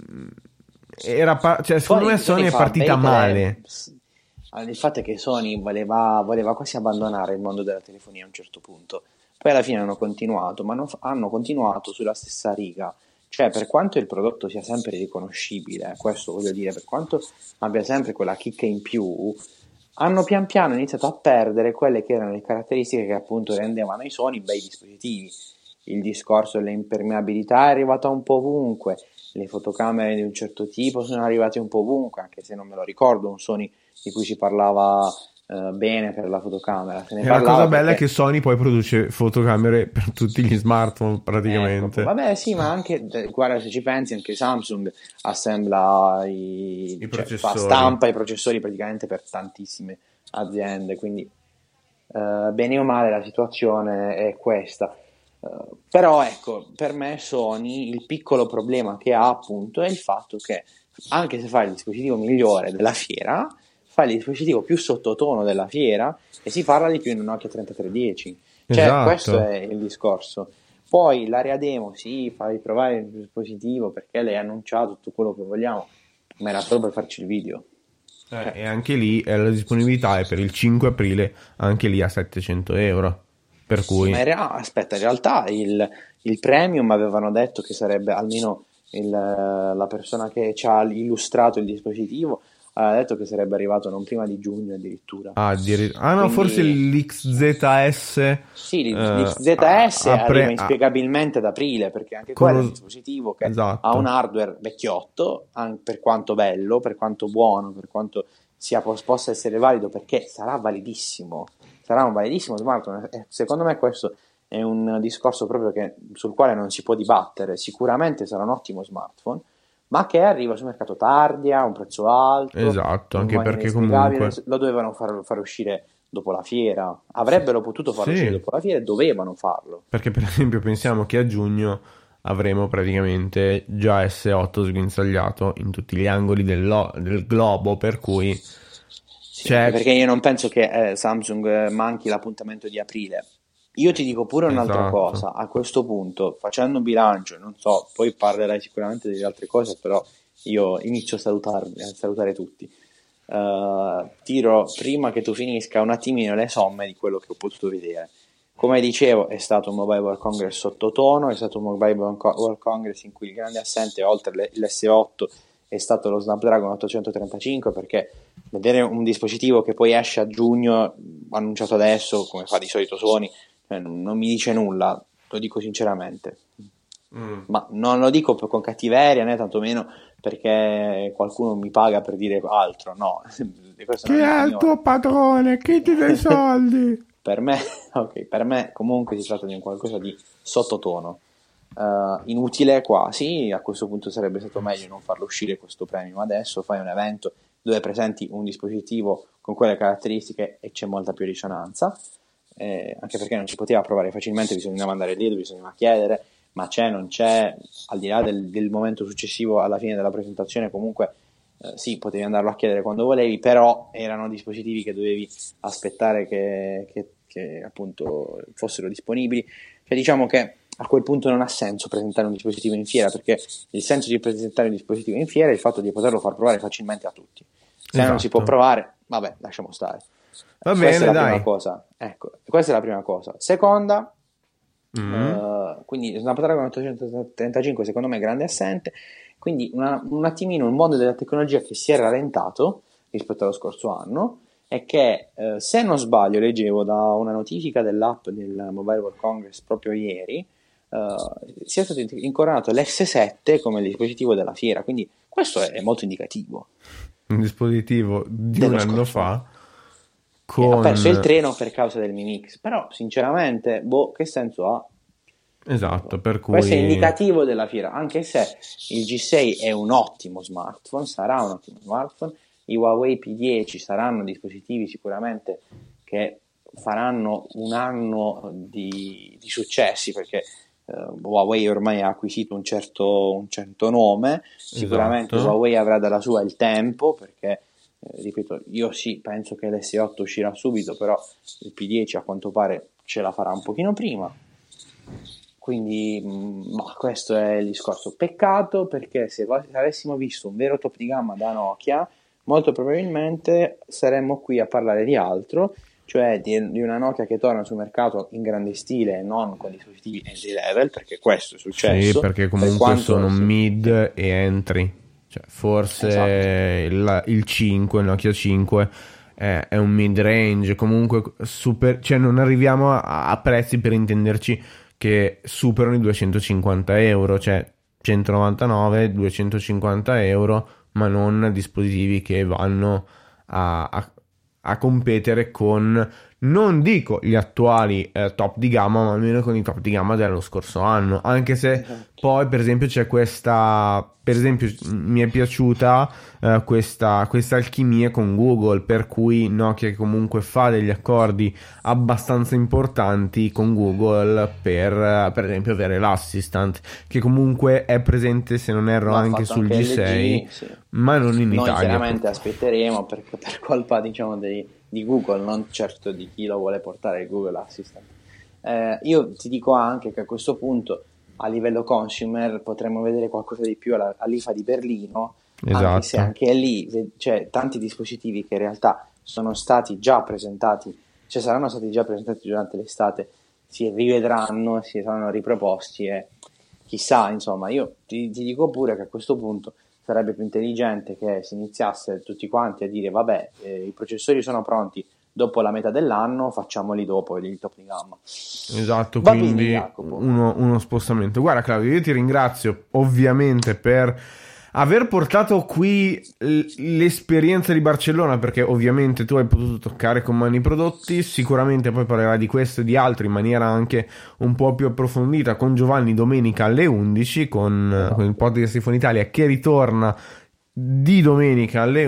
era pa- cioè, secondo Sony, me Sony, Sony è partita male. Il fatto è che Sony voleva, voleva quasi abbandonare il mondo della telefonia a un certo punto, poi alla fine hanno continuato, ma non, hanno continuato sulla stessa riga. Cioè, per quanto il prodotto sia sempre riconoscibile, questo voglio dire, per quanto abbia sempre quella chicca in più, hanno pian piano iniziato a perdere quelle che erano le caratteristiche che appunto rendevano i Sony bei dispositivi. Il discorso dell'impermeabilità è arrivato un po' ovunque, le fotocamere di un certo tipo sono arrivate un po' ovunque, anche se non me lo ricordo un Sony di cui si parlava Uh, bene per la fotocamera. Se ne e la cosa bella perché... è che Sony poi produce fotocamere per tutti gli smartphone praticamente. Ecco, vabbè sì, ma anche guarda, se ci pensi, anche Samsung assembla i, I cioè, processori, fa stampa i processori praticamente per tantissime aziende, quindi uh, bene o male la situazione è questa. Uh, però ecco, per me Sony il piccolo problema che ha appunto è il fatto che anche se fa il dispositivo migliore della fiera, fa il dispositivo più sottotono della fiera e si parla di più in un Nokia trentatré dieci. Cioè, esatto. Questo è il discorso. Poi l'area demo, sì, fai provare il dispositivo perché l'hai annunciato, tutto quello che vogliamo, ma era solo per farci il video. Eh, cioè. E anche lì eh, la disponibilità è per il cinque aprile, anche lì a settecento euro. Per cui... Sì, ma in rea- aspetta, in realtà il, il premium avevano detto che sarebbe almeno il, la persona che ci ha illustrato il dispositivo ha detto che sarebbe arrivato non prima di giugno addirittura. Ah, dir- ah no, Quindi... forse l'X Z S. Sì, eh, l'X Z S a, a pre- arriva inspiegabilmente ad aprile, perché anche con quello lo... è un dispositivo che esatto. ha un hardware vecchiotto, per quanto bello, per quanto buono, per quanto sia, possa essere valido, perché sarà validissimo, sarà un validissimo smartphone. E secondo me questo è un discorso proprio che, sul quale non si può dibattere. Sicuramente sarà un ottimo smartphone, ma che arriva sul mercato tardi, a un prezzo alto. Esatto, anche perché comunque lo dovevano far, far uscire dopo la fiera, avrebbero potuto farlo sì. uscire dopo la fiera e dovevano farlo. Perché per esempio pensiamo che a giugno avremo praticamente già S otto sguinzagliato in tutti gli angoli del, lo- del globo, per cui sì, c'è... perché io non penso che eh, Samsung manchi l'appuntamento di aprile. Io ti dico pure un'altra esatto. cosa, a questo punto, facendo un bilancio, non so, poi parlerai sicuramente delle altre cose, però io inizio a, salutarvi, a salutare tutti. Uh, tiro, prima che tu finisca, un attimino le somme di quello che ho potuto vedere. Come dicevo, è stato un Mobile World Congress sottotono, è stato un Mobile World Congress in cui il grande assente, oltre l'S otto, è stato lo Snapdragon ottocentotrentacinque, perché vedere un dispositivo che poi esce a giugno, annunciato adesso, come fa di solito Sony, non mi dice nulla, lo dico sinceramente. Mm. Ma non lo dico con cattiveria né tantomeno perché qualcuno mi paga per dire altro, no. Chi è il tuo padrone? Chi ti dà i soldi? Per me, ok, per me comunque si tratta di un qualcosa di sottotono, uh, inutile quasi. A questo punto sarebbe stato meglio non farlo uscire questo premio, ma adesso fai un evento dove presenti un dispositivo con quelle caratteristiche e c'è molta più risonanza. Eh, anche perché non si poteva provare facilmente, bisognava andare lì, bisognava chiedere, ma c'è, non c'è, al di là del, del momento successivo alla fine della presentazione, comunque eh, sì, potevi andarlo a chiedere quando volevi, però erano dispositivi che dovevi aspettare che, che, che appunto fossero disponibili. Cioè diciamo che a quel punto non ha senso presentare un dispositivo in fiera, perché il senso di presentare un dispositivo in fiera è il fatto di poterlo far provare facilmente a tutti. Se esatto. non si può provare, vabbè, lasciamo stare. Va questa bene, è la dai. prima cosa. Ecco, questa è la prima cosa. Seconda, mm-hmm. uh, quindi Snapdragon ottocentotrentacinque secondo me è grande assente, quindi una, un attimino il mondo della tecnologia che si è rallentato rispetto allo scorso anno, è che eh, se non sbaglio, leggevo da una notifica dell'app del Mobile World Congress proprio ieri, eh, sia stato incoronato l'S sette come il dispositivo della fiera, quindi questo è molto indicativo. Un dispositivo di Dello un anno scorso. fa Con... ha perso il con... treno per causa del Mi Mix, però sinceramente, boh, che senso ha? Esatto, per cui... Questo è indicativo della fiera, anche se il G sei è un ottimo smartphone, sarà un ottimo smartphone, i Huawei P dieci saranno dispositivi sicuramente che faranno un anno di, di successi, perché eh, Huawei ormai ha acquisito un certo, un certo nome, sicuramente Esatto. Huawei avrà dalla sua il tempo, perché eh, ripeto, io sì, penso che l'S otto uscirà subito, però il P dieci a quanto pare ce la farà un pochino prima. Quindi ma questo è il discorso. Peccato, perché se, se avessimo visto un vero top di gamma da Nokia, molto probabilmente saremmo qui a parlare di altro, cioè di, di una Nokia che torna sul mercato in grande stile e non con dispositivi entry level, perché questo è successo. Sì, perché comunque per quanto, sono sì, mid e entry, cioè forse esatto. il, il cinque, il Nokia cinque è, è un mid range, comunque super, cioè non arriviamo a, a prezzi, per intenderci, che superano i duecentocinquanta euro, cioè centonovantanove, duecentocinquanta euro, ma non dispositivi che vanno a, a, a competere con, non dico gli attuali eh, top di gamma, ma almeno con i top di gamma dello scorso anno, anche se Esatto. poi per esempio c'è questa, per esempio mi è piaciuta eh, questa, questa alchimia con Google, per cui Nokia comunque fa degli accordi abbastanza importanti con Google per, per esempio avere l'assistant, che comunque è presente, se non erro, L'ha anche fatto sul anche G sei, L G, sì. ma non in Noi Italia. chiaramente purtroppo. aspetteremo per, per colpa, diciamo, dei, di Google, non certo di chi lo vuole portare il Google Assistant. Eh, io ti dico anche che a questo punto a livello consumer potremmo vedere qualcosa di più alla, all'I F A di Berlino, Esatto. Anche se anche lì c'è tanti dispositivi che in realtà sono stati già presentati, cioè saranno stati già presentati durante l'estate, si rivedranno, si saranno riproposti e chissà, insomma, io ti, ti dico pure che a questo punto sarebbe più intelligente che si iniziasse tutti quanti a dire vabbè, eh, i processori sono pronti dopo la metà dell'anno, facciamoli dopo il top di gamma. Esatto, Va quindi bene, Jacopo. uno, uno spostamento. Guarda Claudio, io ti ringrazio ovviamente per aver portato qui l'esperienza di Barcellona, perché ovviamente tu hai potuto toccare con mano i prodotti, sicuramente poi parlerai di questo e di altri in maniera anche un po' più approfondita con Giovanni domenica alle undici, con, esatto. con il podcast di Phone Italia che ritorna di domenica alle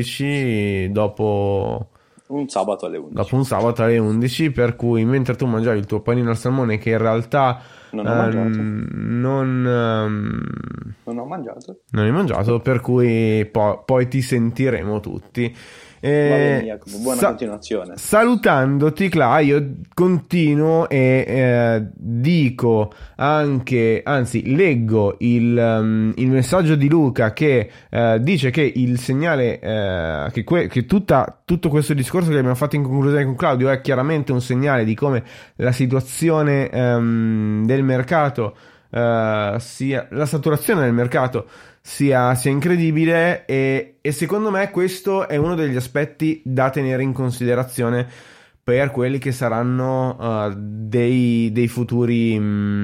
undici dopo... un sabato alle undici. Dopo un sabato alle undici, per cui mentre tu mangiavi il tuo panino al salmone, che in realtà non ho mangiato, um, non, um, non ho mangiato, non hai mangiato, per cui po- poi ti sentiremo tutti. Eh, Va bene, Jacopo, buona sa- continuazione. Salutandoti, Cla, io continuo e eh, dico anche, anzi leggo il, um, il messaggio di Luca che eh, dice che il segnale, eh, che, que- che tutta, tutto questo discorso che abbiamo fatto in conclusione con Claudio è chiaramente un segnale di come la situazione um, del mercato uh, sia, la saturazione del mercato sia, sia incredibile e, e secondo me questo è uno degli aspetti da tenere in considerazione per quelli che saranno uh, dei, dei futuri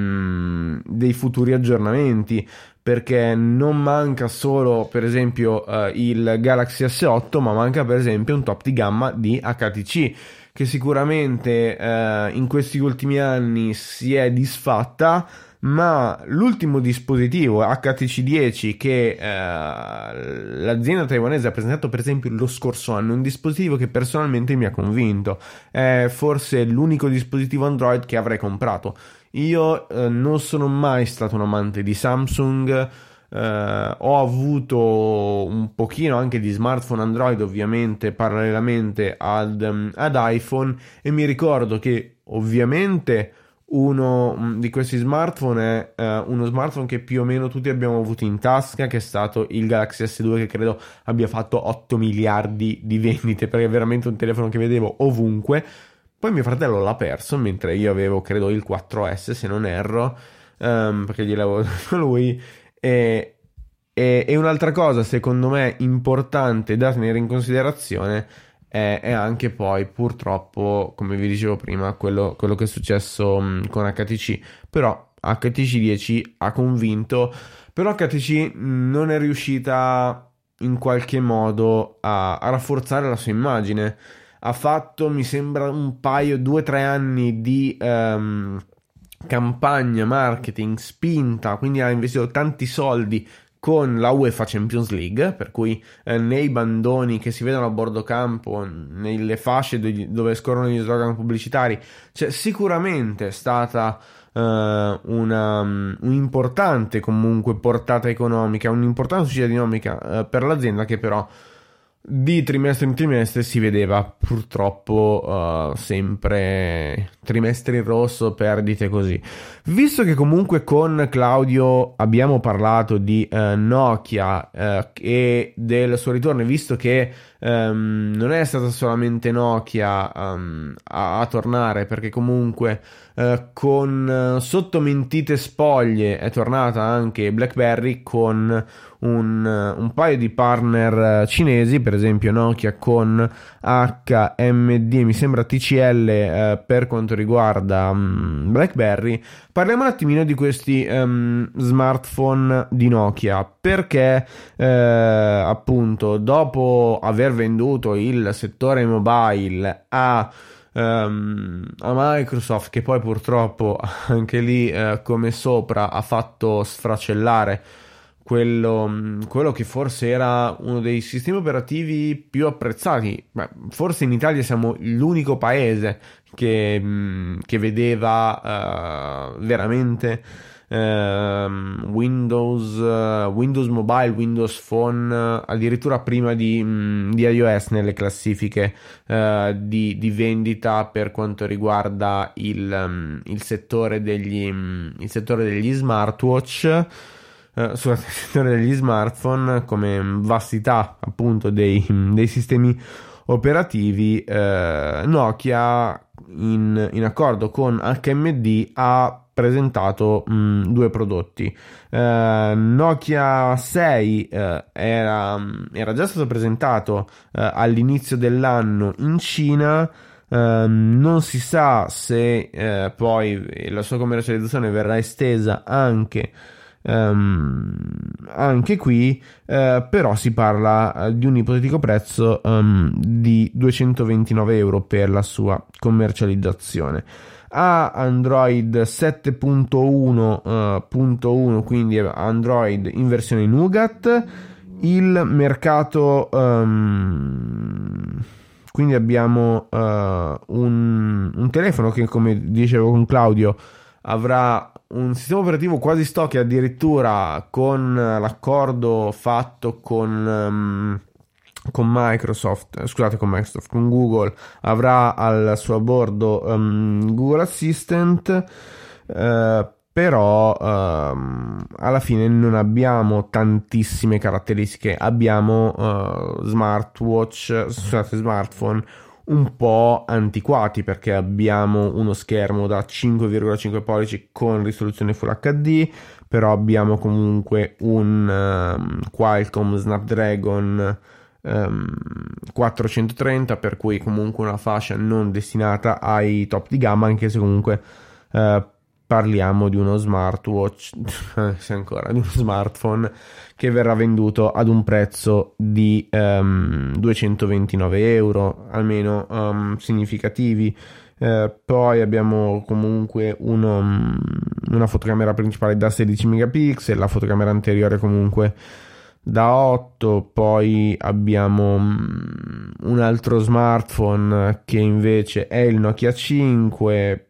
mh, dei futuri aggiornamenti, perché non manca solo per esempio uh, il Galaxy S otto, ma manca per esempio un top di gamma di H T C che sicuramente uh, in questi ultimi anni si è disfatta, ma l'ultimo dispositivo H T C dieci che eh, l'azienda taiwanese ha presentato per esempio lo scorso anno, un dispositivo che personalmente mi ha convinto, è forse l'unico dispositivo Android che avrei comprato. Io eh, non sono mai stato un amante di Samsung, eh, ho avuto un pochino anche di smartphone Android ovviamente parallelamente ad, ad iPhone, e mi ricordo che ovviamente uno di questi smartphone è uh, uno smartphone che più o meno tutti abbiamo avuto in tasca, che è stato il Galaxy S due, che credo abbia fatto otto miliardi di vendite, perché è veramente un telefono che vedevo ovunque. Poi mio fratello l'ha perso, mentre io avevo credo il quattro S se non erro, um, perché gliel'avevo dato lui. E, e, e un'altra cosa secondo me importante da tenere in considerazione è, è anche poi purtroppo, come vi dicevo prima, quello, quello che è successo mh, con H T C. Però H T C dieci ha convinto, però H T C non è riuscita in qualche modo a, a rafforzare la sua immagine. Ha fatto, mi sembra, un paio, due o tre anni di um, campagna marketing spinta, quindi ha investito tanti soldi con la UEFA Champions League, per cui eh, nei bandoni che si vedono a bordo campo, nelle fasce dove, dove scorrono gli slogan pubblicitari, c'è sicuramente stata uh, una um, un'importante comunque portata economica, un'importante uscita dinamica uh, per l'azienda, che però di trimestre in trimestre si vedeva purtroppo uh, sempre trimestre in rosso, perdite così. Visto che comunque con Claudio abbiamo parlato di uh, Nokia uh, e del suo ritorno, visto che um, non è stata solamente Nokia um, a, a tornare, perché comunque uh, con uh, sotto mentite spoglie è tornata anche BlackBerry con un, uh, un paio di partner uh, cinesi, per esempio Nokia con H M D, mi sembra T C L uh, per quanto riguarda um, BlackBerry. Parliamo un attimino di questi um, smartphone di Nokia, perché eh, appunto dopo aver venduto il settore mobile a, um, a Microsoft, che poi purtroppo anche lì eh, come sopra ha fatto sfracellare quello, quello che forse era uno dei sistemi operativi più apprezzati. Beh, forse in Italia siamo l'unico paese che, che vedeva uh, veramente uh, Windows, uh, Windows Mobile, Windows Phone, uh, addirittura prima di, um, di iOS nelle classifiche uh, di, di vendita per quanto riguarda il, um, il settore degli, um, il settore degli smartwatch. Uh, sul settore degli smartphone, come vastità appunto dei, dei sistemi operativi. uh, Nokia in, in accordo con H M D ha presentato mh, due prodotti. uh, Nokia sei uh, era, era già stato presentato uh, all'inizio dell'anno in Cina. Uh, non si sa se uh, poi la sua commercializzazione verrà estesa anche Um, anche qui, uh, però si parla uh, di un ipotetico prezzo um, di duecentoventinove euro per la sua commercializzazione. Ha Android sette punto uno punto uno, uh, quindi Android in versione Nougat. Il mercato um, quindi abbiamo uh, un, un telefono che, come dicevo con Claudio, avrà un sistema operativo quasi stock, e addirittura con l'accordo fatto con um, con Microsoft, scusate con Microsoft, con Google, avrà al suo bordo um, Google Assistant. Uh, però um, alla fine non abbiamo tantissime caratteristiche. Abbiamo uh, smartwatch, scusate, smartphone un po' antiquati, perché abbiamo uno schermo da cinque virgola cinque pollici con risoluzione Full H D, però abbiamo comunque un um, Qualcomm Snapdragon um, quattrocentotrenta, per cui comunque una fascia non destinata ai top di gamma, anche se comunque uh, parliamo di uno smartwatch, se ancora, di uno smartphone che verrà venduto ad un prezzo di um, duecentoventinove euro, almeno um, significativi. Eh, poi abbiamo comunque uno, um, una fotocamera principale da sedici megapixel, la fotocamera anteriore comunque da otto. Poi abbiamo um, un altro smartphone che invece è il Nokia cinque,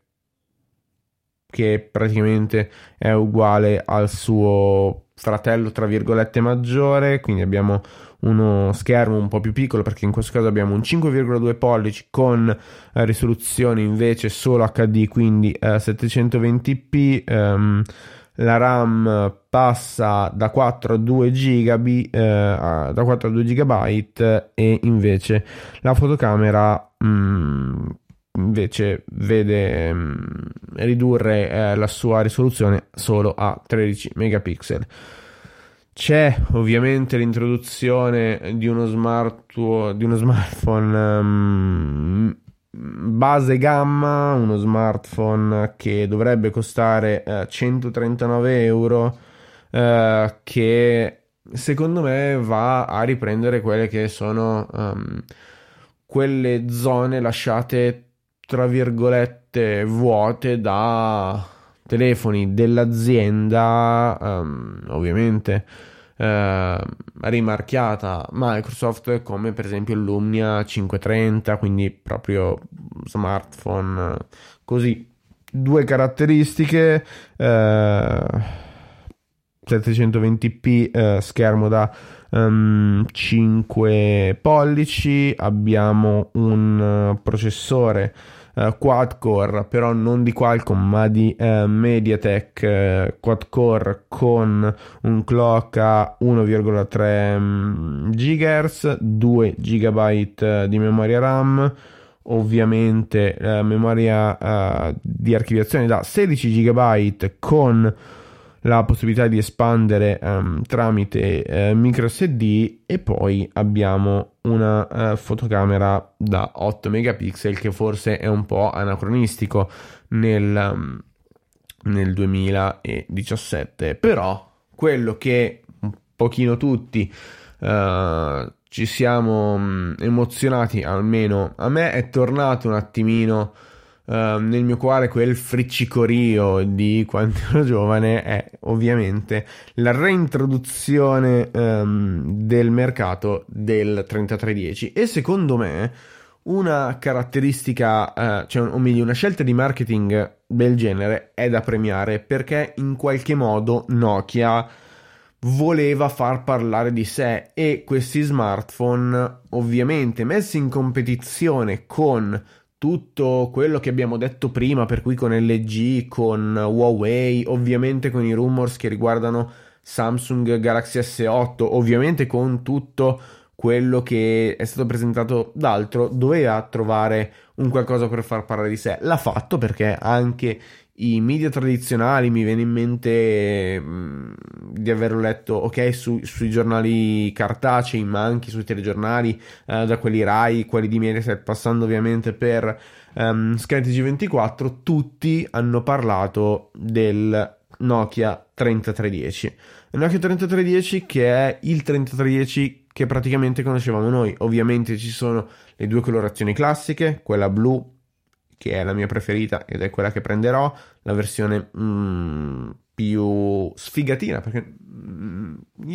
che praticamente è uguale al suo fratello tra virgolette maggiore, quindi abbiamo uno schermo un po' più piccolo, perché in questo caso abbiamo un cinque virgola due pollici con eh, risoluzione invece solo H D, quindi eh, settecentoventi p. ehm, la RAM passa da quattro a due giga, eh, da quattro a due gigabyte, e invece la fotocamera mh, invece vede mh, ridurre eh, la sua risoluzione solo a tredici megapixel. C'è ovviamente l'introduzione di uno smart di uno smartphone um, base gamma, uno smartphone che dovrebbe costare uh, centotrentanove euro, uh, che secondo me va a riprendere quelle che sono um, quelle zone lasciate tra virgolette vuote da telefoni dell'azienda, um, ovviamente uh, rimarchiata Microsoft, come per esempio il Lumia cinquecentotrenta, quindi proprio smartphone così, due caratteristiche, uh, settecentoventi p uh, schermo da um, cinque pollici, abbiamo un uh, processore Uh, quad core, però non di Qualcomm ma di uh, MediaTek, uh, quad core con un clock a uno virgola tre um, gigahertz, due giga di memoria RAM, ovviamente uh, memoria uh, di archiviazione da sedici giga con la possibilità di espandere um, tramite uh, micro S D, e poi abbiamo una uh, fotocamera da otto megapixel, che forse è un po' anacronistico nel, um, nel duemiladiciassette, però quello che un pochino tutti uh, ci siamo um, emozionati, almeno a me è tornato un attimino Uh, nel mio cuore quel friccicorio di quando ero giovane, è ovviamente la reintroduzione um, del mercato del trentatré dieci, e secondo me una caratteristica, uh, cioè o meglio una scelta di marketing del genere è da premiare, perché in qualche modo Nokia voleva far parlare di sé, e questi smartphone ovviamente messi in competizione con tutto quello che abbiamo detto prima, per cui con L G, con Huawei, ovviamente con i rumors che riguardano Samsung Galaxy S otto, ovviamente con tutto quello che è stato presentato d'altro, doveva trovare un qualcosa per far parlare di sé. L'ha fatto, perché anche i media tradizionali, mi viene in mente mh, di averlo letto, ok, su, sui giornali cartacei, ma anche sui telegiornali, eh, da quelli Rai, quelli di Mediaset, passando ovviamente per um, Sky T G ventiquattro, tutti hanno parlato del Nokia trentatré dieci. Il Nokia trentatré dieci, che è il trentatré dieci che praticamente conoscevamo noi. Ovviamente ci sono le due colorazioni classiche, quella blu, che è la mia preferita ed è quella che prenderò, la versione mm, più sfigatina, perché mm,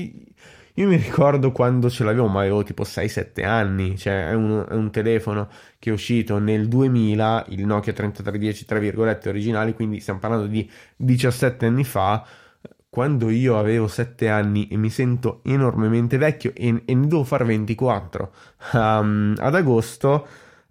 io mi ricordo quando ce l'avevo, ma avevo tipo sei sette anni, cioè è un, è un telefono che è uscito nel duemila, il Nokia trentatré dieci tra virgolette originali, quindi stiamo parlando di diciassette anni fa, quando io avevo sette anni, e mi sento enormemente vecchio, e, e ne devo fare ventiquattro um, ad agosto.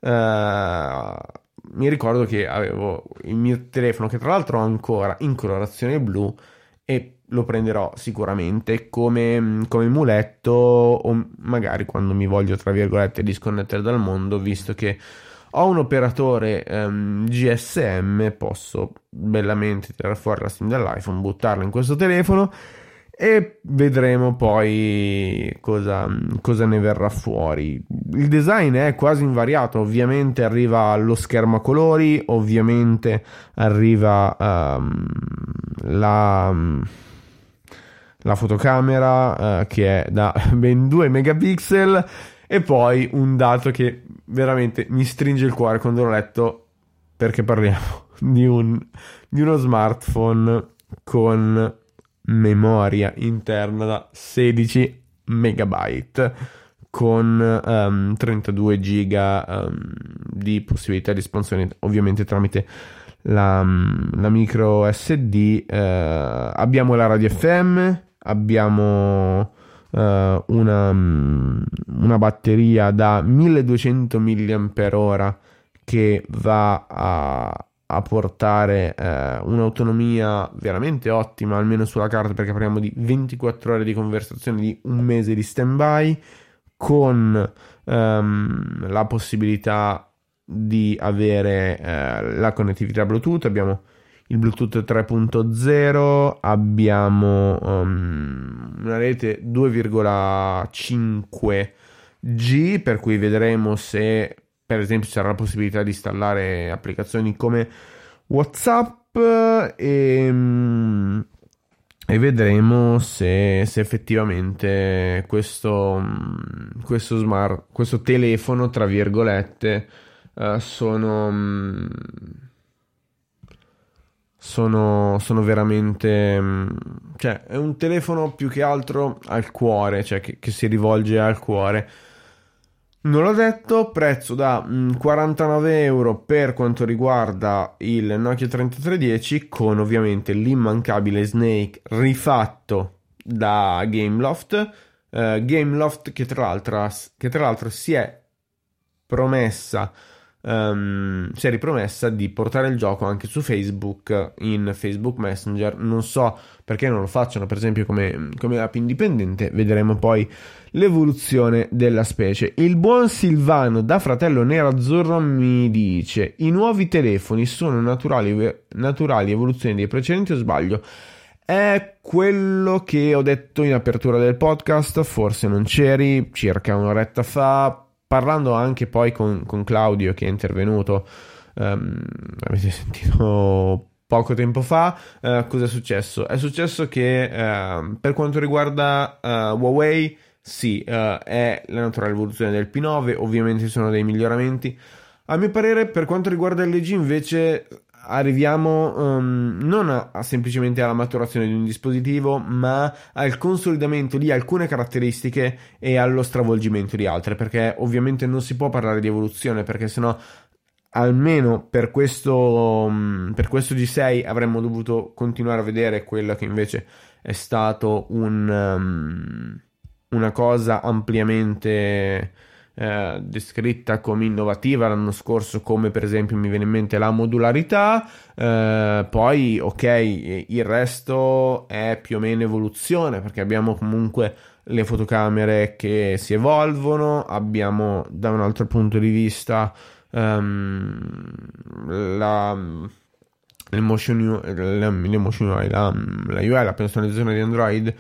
uh, Mi ricordo che avevo il mio telefono, che tra l'altro ho ancora in colorazione blu, e lo prenderò sicuramente come, come muletto, o magari quando mi voglio tra virgolette disconnettere dal mondo, visto che ho un operatore um, G S M, posso bellamente tirare fuori la SIM dell'iPhone, buttarla in questo telefono, e vedremo poi cosa, cosa ne verrà fuori. Il design è quasi invariato, ovviamente arriva lo schermo a colori, ovviamente arriva um, la, um, la fotocamera uh, che è da ben due megapixel, e poi un dato che veramente mi stringe il cuore quando l'ho letto, perché parliamo di, un, di uno smartphone con memoria interna da sedici megabyte, con um, trentadue giga um, di possibilità di espansione, ovviamente tramite la, la micro S D. Uh, abbiamo la radio F M, abbiamo uh, una, una batteria da milleduecento milliampere ora che va a a portare eh, un'autonomia veramente ottima, almeno sulla carta, perché parliamo di ventiquattro ore di conversazione, di un mese di stand-by, con um, la possibilità di avere eh, la connettività Bluetooth. Abbiamo il Bluetooth tre punto zero, abbiamo um, una rete due virgola cinque G, per cui vedremo se per esempio ci sarà la possibilità di installare applicazioni come WhatsApp e, e vedremo se, se effettivamente questo, questo smart, questo telefono tra virgolette uh, sono sono sono veramente, cioè è un telefono più che altro al cuore, cioè che, che si rivolge al cuore. Non l'ho detto, prezzo da mh, quarantanove euro per quanto riguarda il Nokia trentatré dieci, con ovviamente l'immancabile Snake rifatto da Gameloft, uh, Gameloft che tra l'altro, che tra l'altro si è promessa um, si è ripromessa di portare il gioco anche su Facebook, in Facebook Messenger. Non so perché non lo facciano per esempio come, come app indipendente, vedremo poi l'evoluzione della specie. Il buon Silvano da Fratello Nerazzurro mi dice: i nuovi telefoni sono naturali, naturali evoluzioni dei precedenti, o sbaglio? È quello che ho detto in apertura del podcast, forse non c'eri, circa un'oretta fa, parlando anche poi con, con Claudio che è intervenuto, um, avete sentito poco tempo fa. Uh, cosa è successo? È successo che uh, per quanto riguarda uh, Huawei, sì, uh, è la naturale evoluzione del P nove, ovviamente ci sono dei miglioramenti. A mio parere, per quanto riguarda L G invece arriviamo um, non a, a semplicemente alla maturazione di un dispositivo, ma al consolidamento di alcune caratteristiche e allo stravolgimento di altre, perché ovviamente non si può parlare di evoluzione, perché sennò almeno per questo, um, per questo G sei avremmo dovuto continuare a vedere quello che invece è stato un... Um, una cosa ampiamente eh, descritta come innovativa l'anno scorso, come per esempio mi viene in mente la modularità. Eh, poi ok, il resto è più o meno evoluzione, perché abbiamo comunque le fotocamere che si evolvono, abbiamo da un altro punto di vista um, la l'emotion l'emotion U I, la, la U I, la personalizzazione di Android,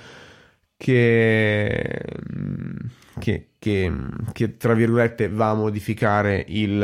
Che, che, che, che tra virgolette va a modificare il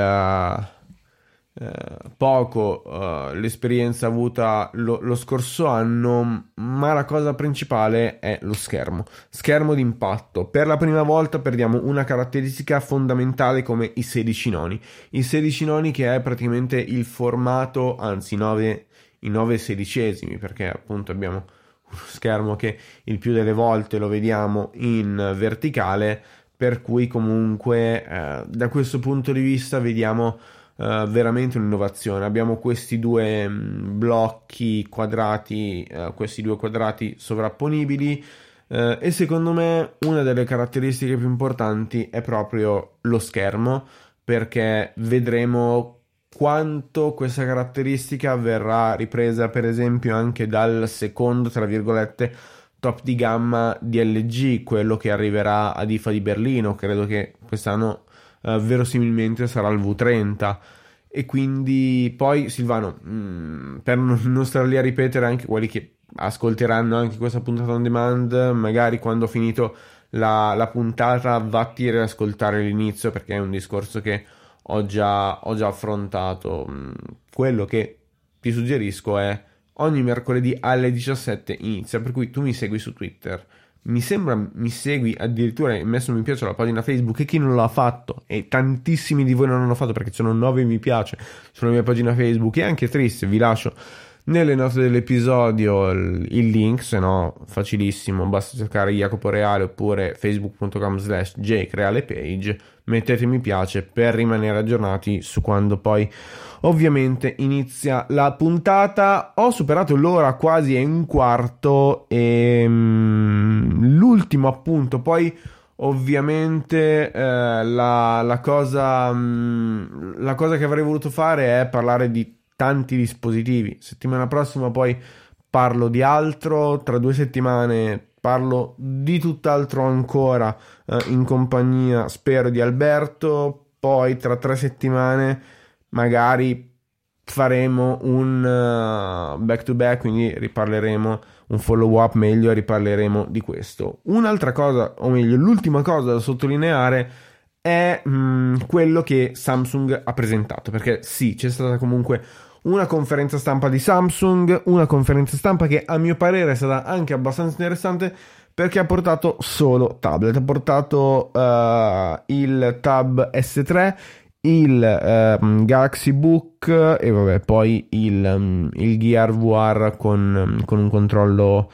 uh, poco uh, l'esperienza avuta lo, lo scorso anno, ma la cosa principale è lo schermo schermo d'impatto. Per la prima volta perdiamo una caratteristica fondamentale come i sedici noni i sedici noni che è praticamente il formato, anzi nove, i nove sedicesimi, perché appunto abbiamo uno schermo che il più delle volte lo vediamo in verticale, per cui comunque eh, da questo punto di vista vediamo eh, veramente un'innovazione. Abbiamo questi due mh, blocchi quadrati, eh, questi due quadrati sovrapponibili, eh, e secondo me una delle caratteristiche più importanti è proprio lo schermo, perché vedremo quanto questa caratteristica verrà ripresa per esempio anche dal secondo, tra virgolette, top di gamma di L G, quello che arriverà ad I F A di Berlino. Credo che quest'anno eh, verosimilmente sarà il V trenta. E quindi poi Silvano, mh, per non stare lì a ripetere, anche quelli che ascolteranno anche questa puntata on demand, magari quando ho finito la, la puntata vatti ad ascoltare l'inizio, perché è un discorso che Ho già, ho già affrontato. Quello che ti suggerisco è ogni mercoledì alle diciassette inizia, per cui tu mi segui su Twitter, mi sembra mi segui, addirittura hai messo mi piace alla pagina Facebook, e chi non l'ha fatto, e tantissimi di voi non l'hanno fatto perché ci sono nove mi piace sulla mia pagina Facebook. E anche triste, vi lascio nelle note dell'episodio il, il link, se no facilissimo, basta cercare Jacopo Reale oppure facebook.com slash jcrealepage, mettete mi piace per rimanere aggiornati su quando poi ovviamente inizia la puntata. Ho superato l'ora quasi e un quarto, e um, l'ultimo appunto poi ovviamente eh, la, la cosa um, la cosa che avrei voluto fare è parlare di tanti dispositivi. Settimana prossima poi parlo di altro, tra due settimane parlo di tutt'altro ancora, eh, in compagnia spero di Alberto, poi tra tre settimane magari faremo un uh, back to back, quindi riparleremo un follow up meglio e riparleremo di questo. Un'altra cosa, o meglio l'ultima cosa da sottolineare è mh, quello che Samsung ha presentato, perché sì, c'è stata comunque una conferenza stampa di Samsung, una conferenza stampa che a mio parere è stata anche abbastanza interessante, perché ha portato solo tablet, ha portato uh, il Tab S tre, il uh, Galaxy Book e vabbè poi il, um, il Gear V R con, con un controllo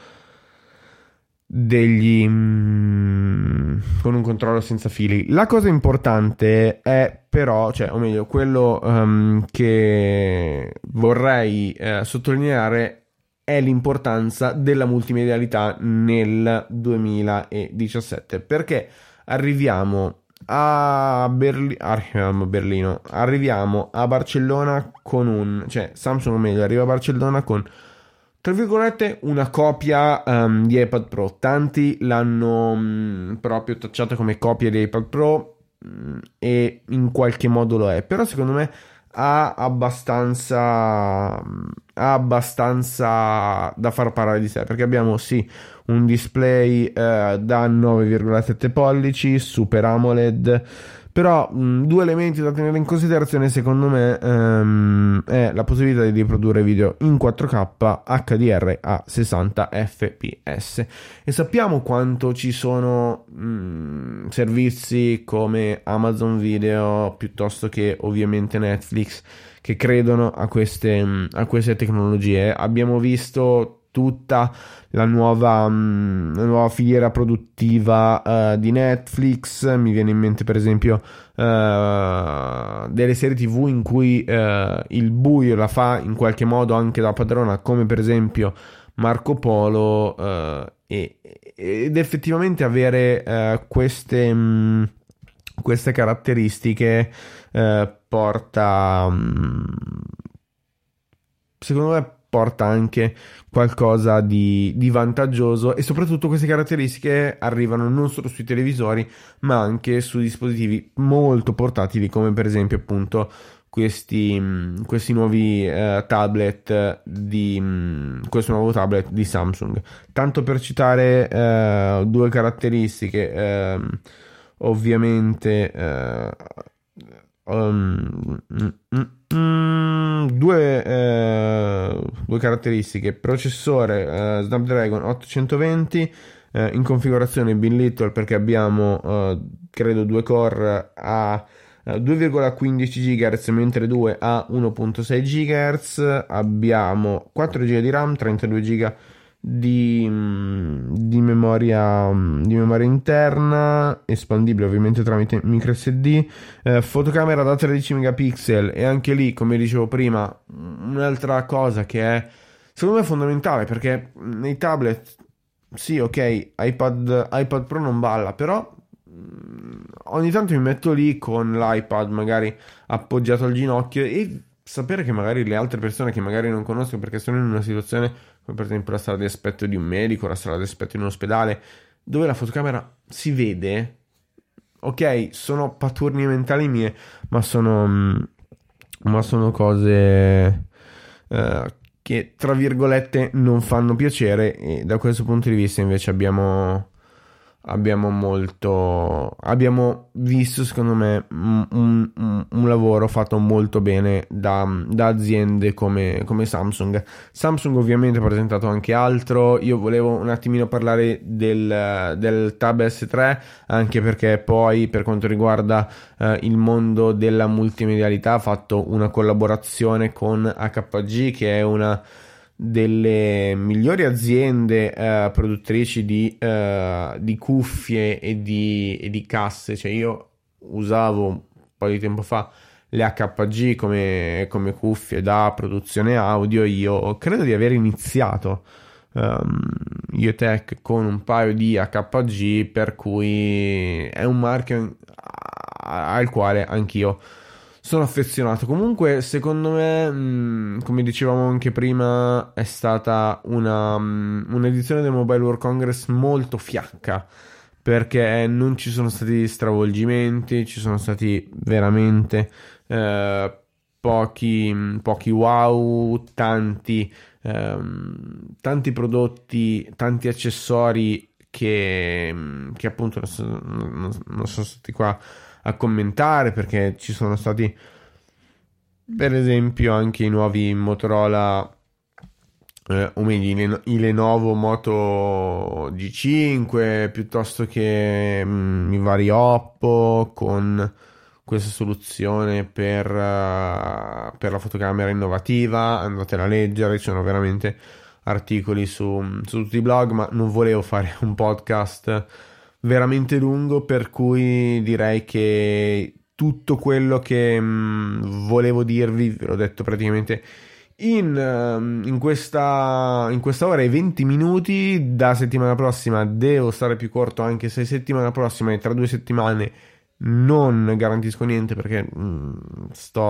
degli mm, con un controllo senza fili. La cosa importante è però, cioè o meglio quello um, che vorrei eh, sottolineare è l'importanza della multimedialità nel duemiladiciassette, perché arriviamo a, Berli- arriviamo a Berlino, arriviamo a Barcellona con un, cioè Samsung o meglio arriva a Barcellona con tra virgolette una copia um, di iPad Pro. Tanti l'hanno um, proprio tacciato come copia di iPad Pro um, e in qualche modo lo è, però secondo me ha abbastanza ha abbastanza da far parlare di sé, perché abbiamo sì un display eh, da nove virgola sette pollici Super AMOLED, però mh, due elementi da tenere in considerazione secondo me ehm, è la possibilità di riprodurre video in quattro K H D R a sessanta F P S, e sappiamo quanto ci sono mh, servizi come Amazon Video piuttosto che ovviamente Netflix che credono a queste, mh, a queste tecnologie. Abbiamo visto tutta la nuova, mh, la nuova filiera produttiva uh, di Netflix. Mi viene in mente per esempio uh, delle serie tv in cui uh, il buio la fa in qualche modo anche da padrona, come per esempio Marco Polo, uh, e, ed effettivamente avere uh, queste, mh, queste caratteristiche uh, porta mh, secondo me porta anche qualcosa di, di vantaggioso, e soprattutto queste caratteristiche arrivano non solo sui televisori ma anche su dispositivi molto portatili come per esempio appunto questi, questi nuovi eh, tablet di questo nuovo tablet di Samsung. Tanto per citare eh, due caratteristiche, eh, ovviamente eh, um, mm, mm, Mm, due, eh, due caratteristiche: processore eh, Snapdragon ottocentoventi eh, in configurazione Bin Little, perché abbiamo eh, credo due core a eh, due virgola quindici gigahertz mentre due a uno virgola sei gigahertz. Abbiamo quattro giga di RAM, trentadue giga di, di memoria di memoria interna, espandibile ovviamente tramite micro S D, eh, fotocamera da tredici megapixel, e anche lì come dicevo prima un'altra cosa che è secondo me fondamentale, perché nei tablet sì ok iPad, iPad Pro non balla, però ogni tanto mi metto lì con l'iPad magari appoggiato al ginocchio e sapere che magari le altre persone che magari non conosco perché sono in una situazione come per esempio la sala di aspetto di un medico, la sala di aspetto in un ospedale, dove la fotocamera si vede, ok, sono paturnie mentali mie, ma sono ma sono cose eh, che tra virgolette non fanno piacere, e da questo punto di vista invece abbiamo abbiamo molto abbiamo visto secondo me un, un, un lavoro fatto molto bene da, da aziende come, come Samsung. Samsung ovviamente ha presentato anche altro. Io volevo un attimino parlare del, del Tab S tre, anche perché poi per quanto riguarda eh, il mondo della multimedialità ha fatto una collaborazione con H G, che è una delle migliori aziende eh, produttrici di, eh, di cuffie e di, e di casse. Cioè io usavo un po' di tempo fa le H G come, come cuffie da produzione audio. Io credo di aver iniziato um, Ietech con un paio di H G, per cui è un marchio al quale anch'io sono affezionato. Comunque secondo me mh, come dicevamo anche prima è stata una mh, un'edizione del Mobile World Congress molto fiacca, perché non ci sono stati stravolgimenti, ci sono stati veramente eh, pochi, pochi wow, tanti, ehm, tanti prodotti, tanti accessori che, che appunto non, non sono stati qua a commentare, perché ci sono stati per esempio anche i nuovi Motorola, eh, o meglio i Lenovo Moto G cinque, piuttosto che mh, i vari Oppo con questa soluzione per, uh, per la fotocamera innovativa. Andatela a leggere, ci sono veramente articoli su, su tutti i blog, ma non volevo fare un podcast veramente lungo, per cui direi che tutto quello che mh, volevo dirvi ve l'ho detto praticamente in, uh, in, questa, in questa ora e venti minuti. Da settimana prossima devo stare più corto, anche se settimana prossima e tra due settimane non garantisco niente, perché mh,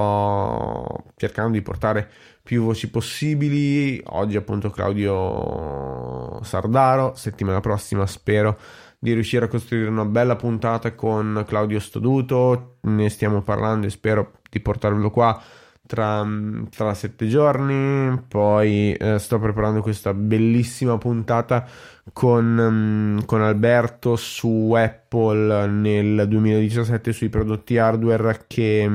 sto cercando di portare più voci possibili. Oggi appunto Claudio Sardaro, settimana prossima spero di riuscire a costruire una bella puntata con Claudio Stoduto, ne stiamo parlando e spero di portarvelo qua tra, tra sette giorni. Poi eh, sto preparando questa bellissima puntata con, con Alberto su Apple nel duemiladiciassette, sui prodotti hardware che,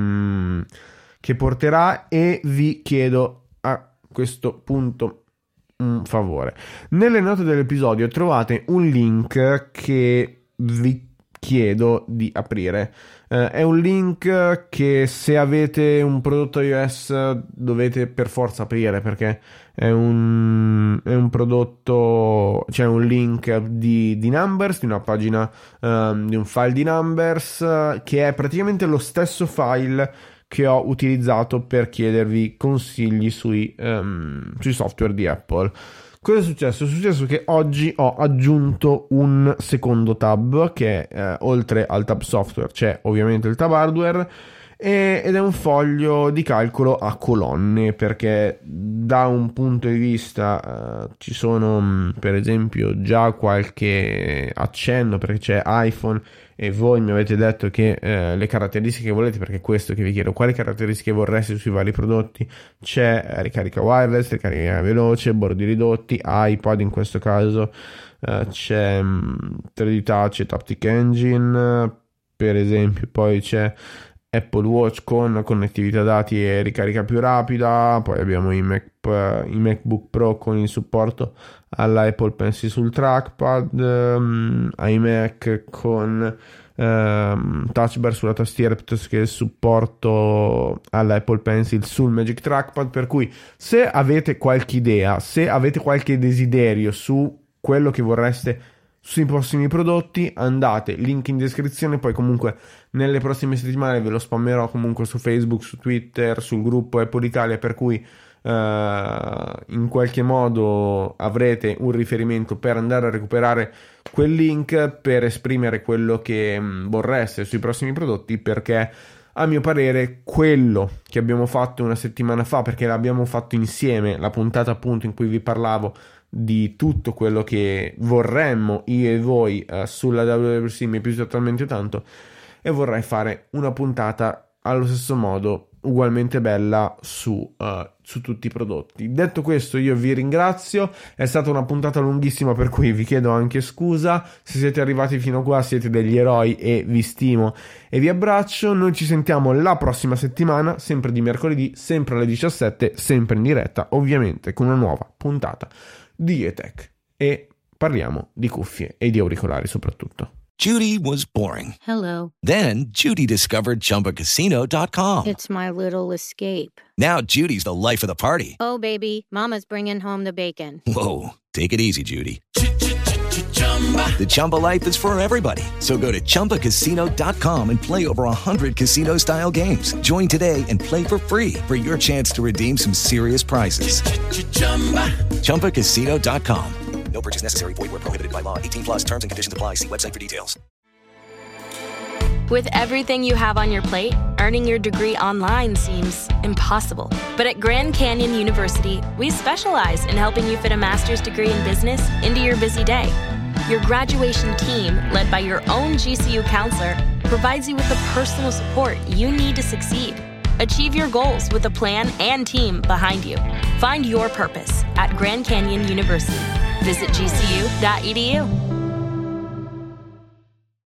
che porterà, e vi chiedo a questo punto un favore. Nelle note dell'episodio trovate un link che vi chiedo di aprire. Uh, è un link che, se avete un prodotto iOS, dovete per forza aprire, perché è un, è un prodotto, c'è un link di, di Numbers, di una pagina, um, di un file di Numbers, uh, che è praticamente lo stesso file che ho utilizzato per chiedervi consigli sui, um, sui software di Apple. Cosa è successo? È successo che oggi ho aggiunto un secondo tab, che eh, oltre al tab software c'è ovviamente il tab hardware, e, ed è un foglio di calcolo a colonne, perché da un punto di vista eh, ci sono mh, per esempio già qualche accenno, perché c'è iPhone e voi mi avete detto che eh, le caratteristiche che volete, perché è questo che vi chiedo, quali caratteristiche vorreste sui vari prodotti. C'è eh, ricarica wireless, ricarica veloce, bordi ridotti, iPod in questo caso, eh, c'è mh, tre D Touch e Taptic Engine per esempio, poi c'è Apple Watch con connettività dati e ricarica più rapida, poi abbiamo i, Mac, i MacBook Pro con il supporto alla Apple Pencil sul trackpad, um, iMac con um, touch bar sulla tastiera piuttosto che il supporto alla Apple Pencil sul Magic Trackpad. Per cui, se avete qualche idea, se avete qualche desiderio su quello che vorreste sui prossimi prodotti, andate, link in descrizione. Poi comunque nelle prossime settimane ve lo spammerò comunque su Facebook, su Twitter, sul gruppo Apple Italia, per cui uh, in qualche modo avrete un riferimento per andare a recuperare quel link, per esprimere quello che mh, vorreste sui prossimi prodotti, perché a mio parere quello che abbiamo fatto una settimana fa, perché l'abbiamo fatto insieme, la puntata appunto in cui vi parlavo di tutto quello che vorremmo io e voi uh, sulla W W D C, mi è piaciuto talmente tanto, e vorrei fare una puntata allo stesso modo ugualmente bella su, uh, su tutti i prodotti. Detto questo, io vi ringrazio, è stata una puntata lunghissima, per cui vi chiedo anche scusa. Se siete arrivati fino a qua siete degli eroi e vi stimo e vi abbraccio. Noi ci sentiamo la prossima settimana, sempre di mercoledì, sempre alle diciassette, sempre in diretta, ovviamente con una nuova puntata di YETECH, e parliamo di cuffie e di auricolari soprattutto. Judy was boring. Hello. Then Judy discovered Chumba Casino dot com. It's my little escape. Now Judy's the life of the party. Oh, baby, mama's bringing home the bacon. Whoa, take it easy, Judy. The Chumba life is for everybody. So go to Chumba Casino dot com and play over one hundred casino-style games. Join today and play for free for your chance to redeem some serious prizes. Chumba Casino dot com. No purchase necessary. Void where prohibited by law. eighteen plus terms and conditions apply. See website for details. With everything you have on your plate, earning your degree online seems impossible. But at Grand Canyon University, we specialize in helping you fit a master's degree in business into your busy day. Your graduation team, led by your own G C U counselor, provides you with the personal support you need to succeed. Achieve your goals with a plan and team behind you. Find your purpose at Grand Canyon University. Visit G C U dot E D U.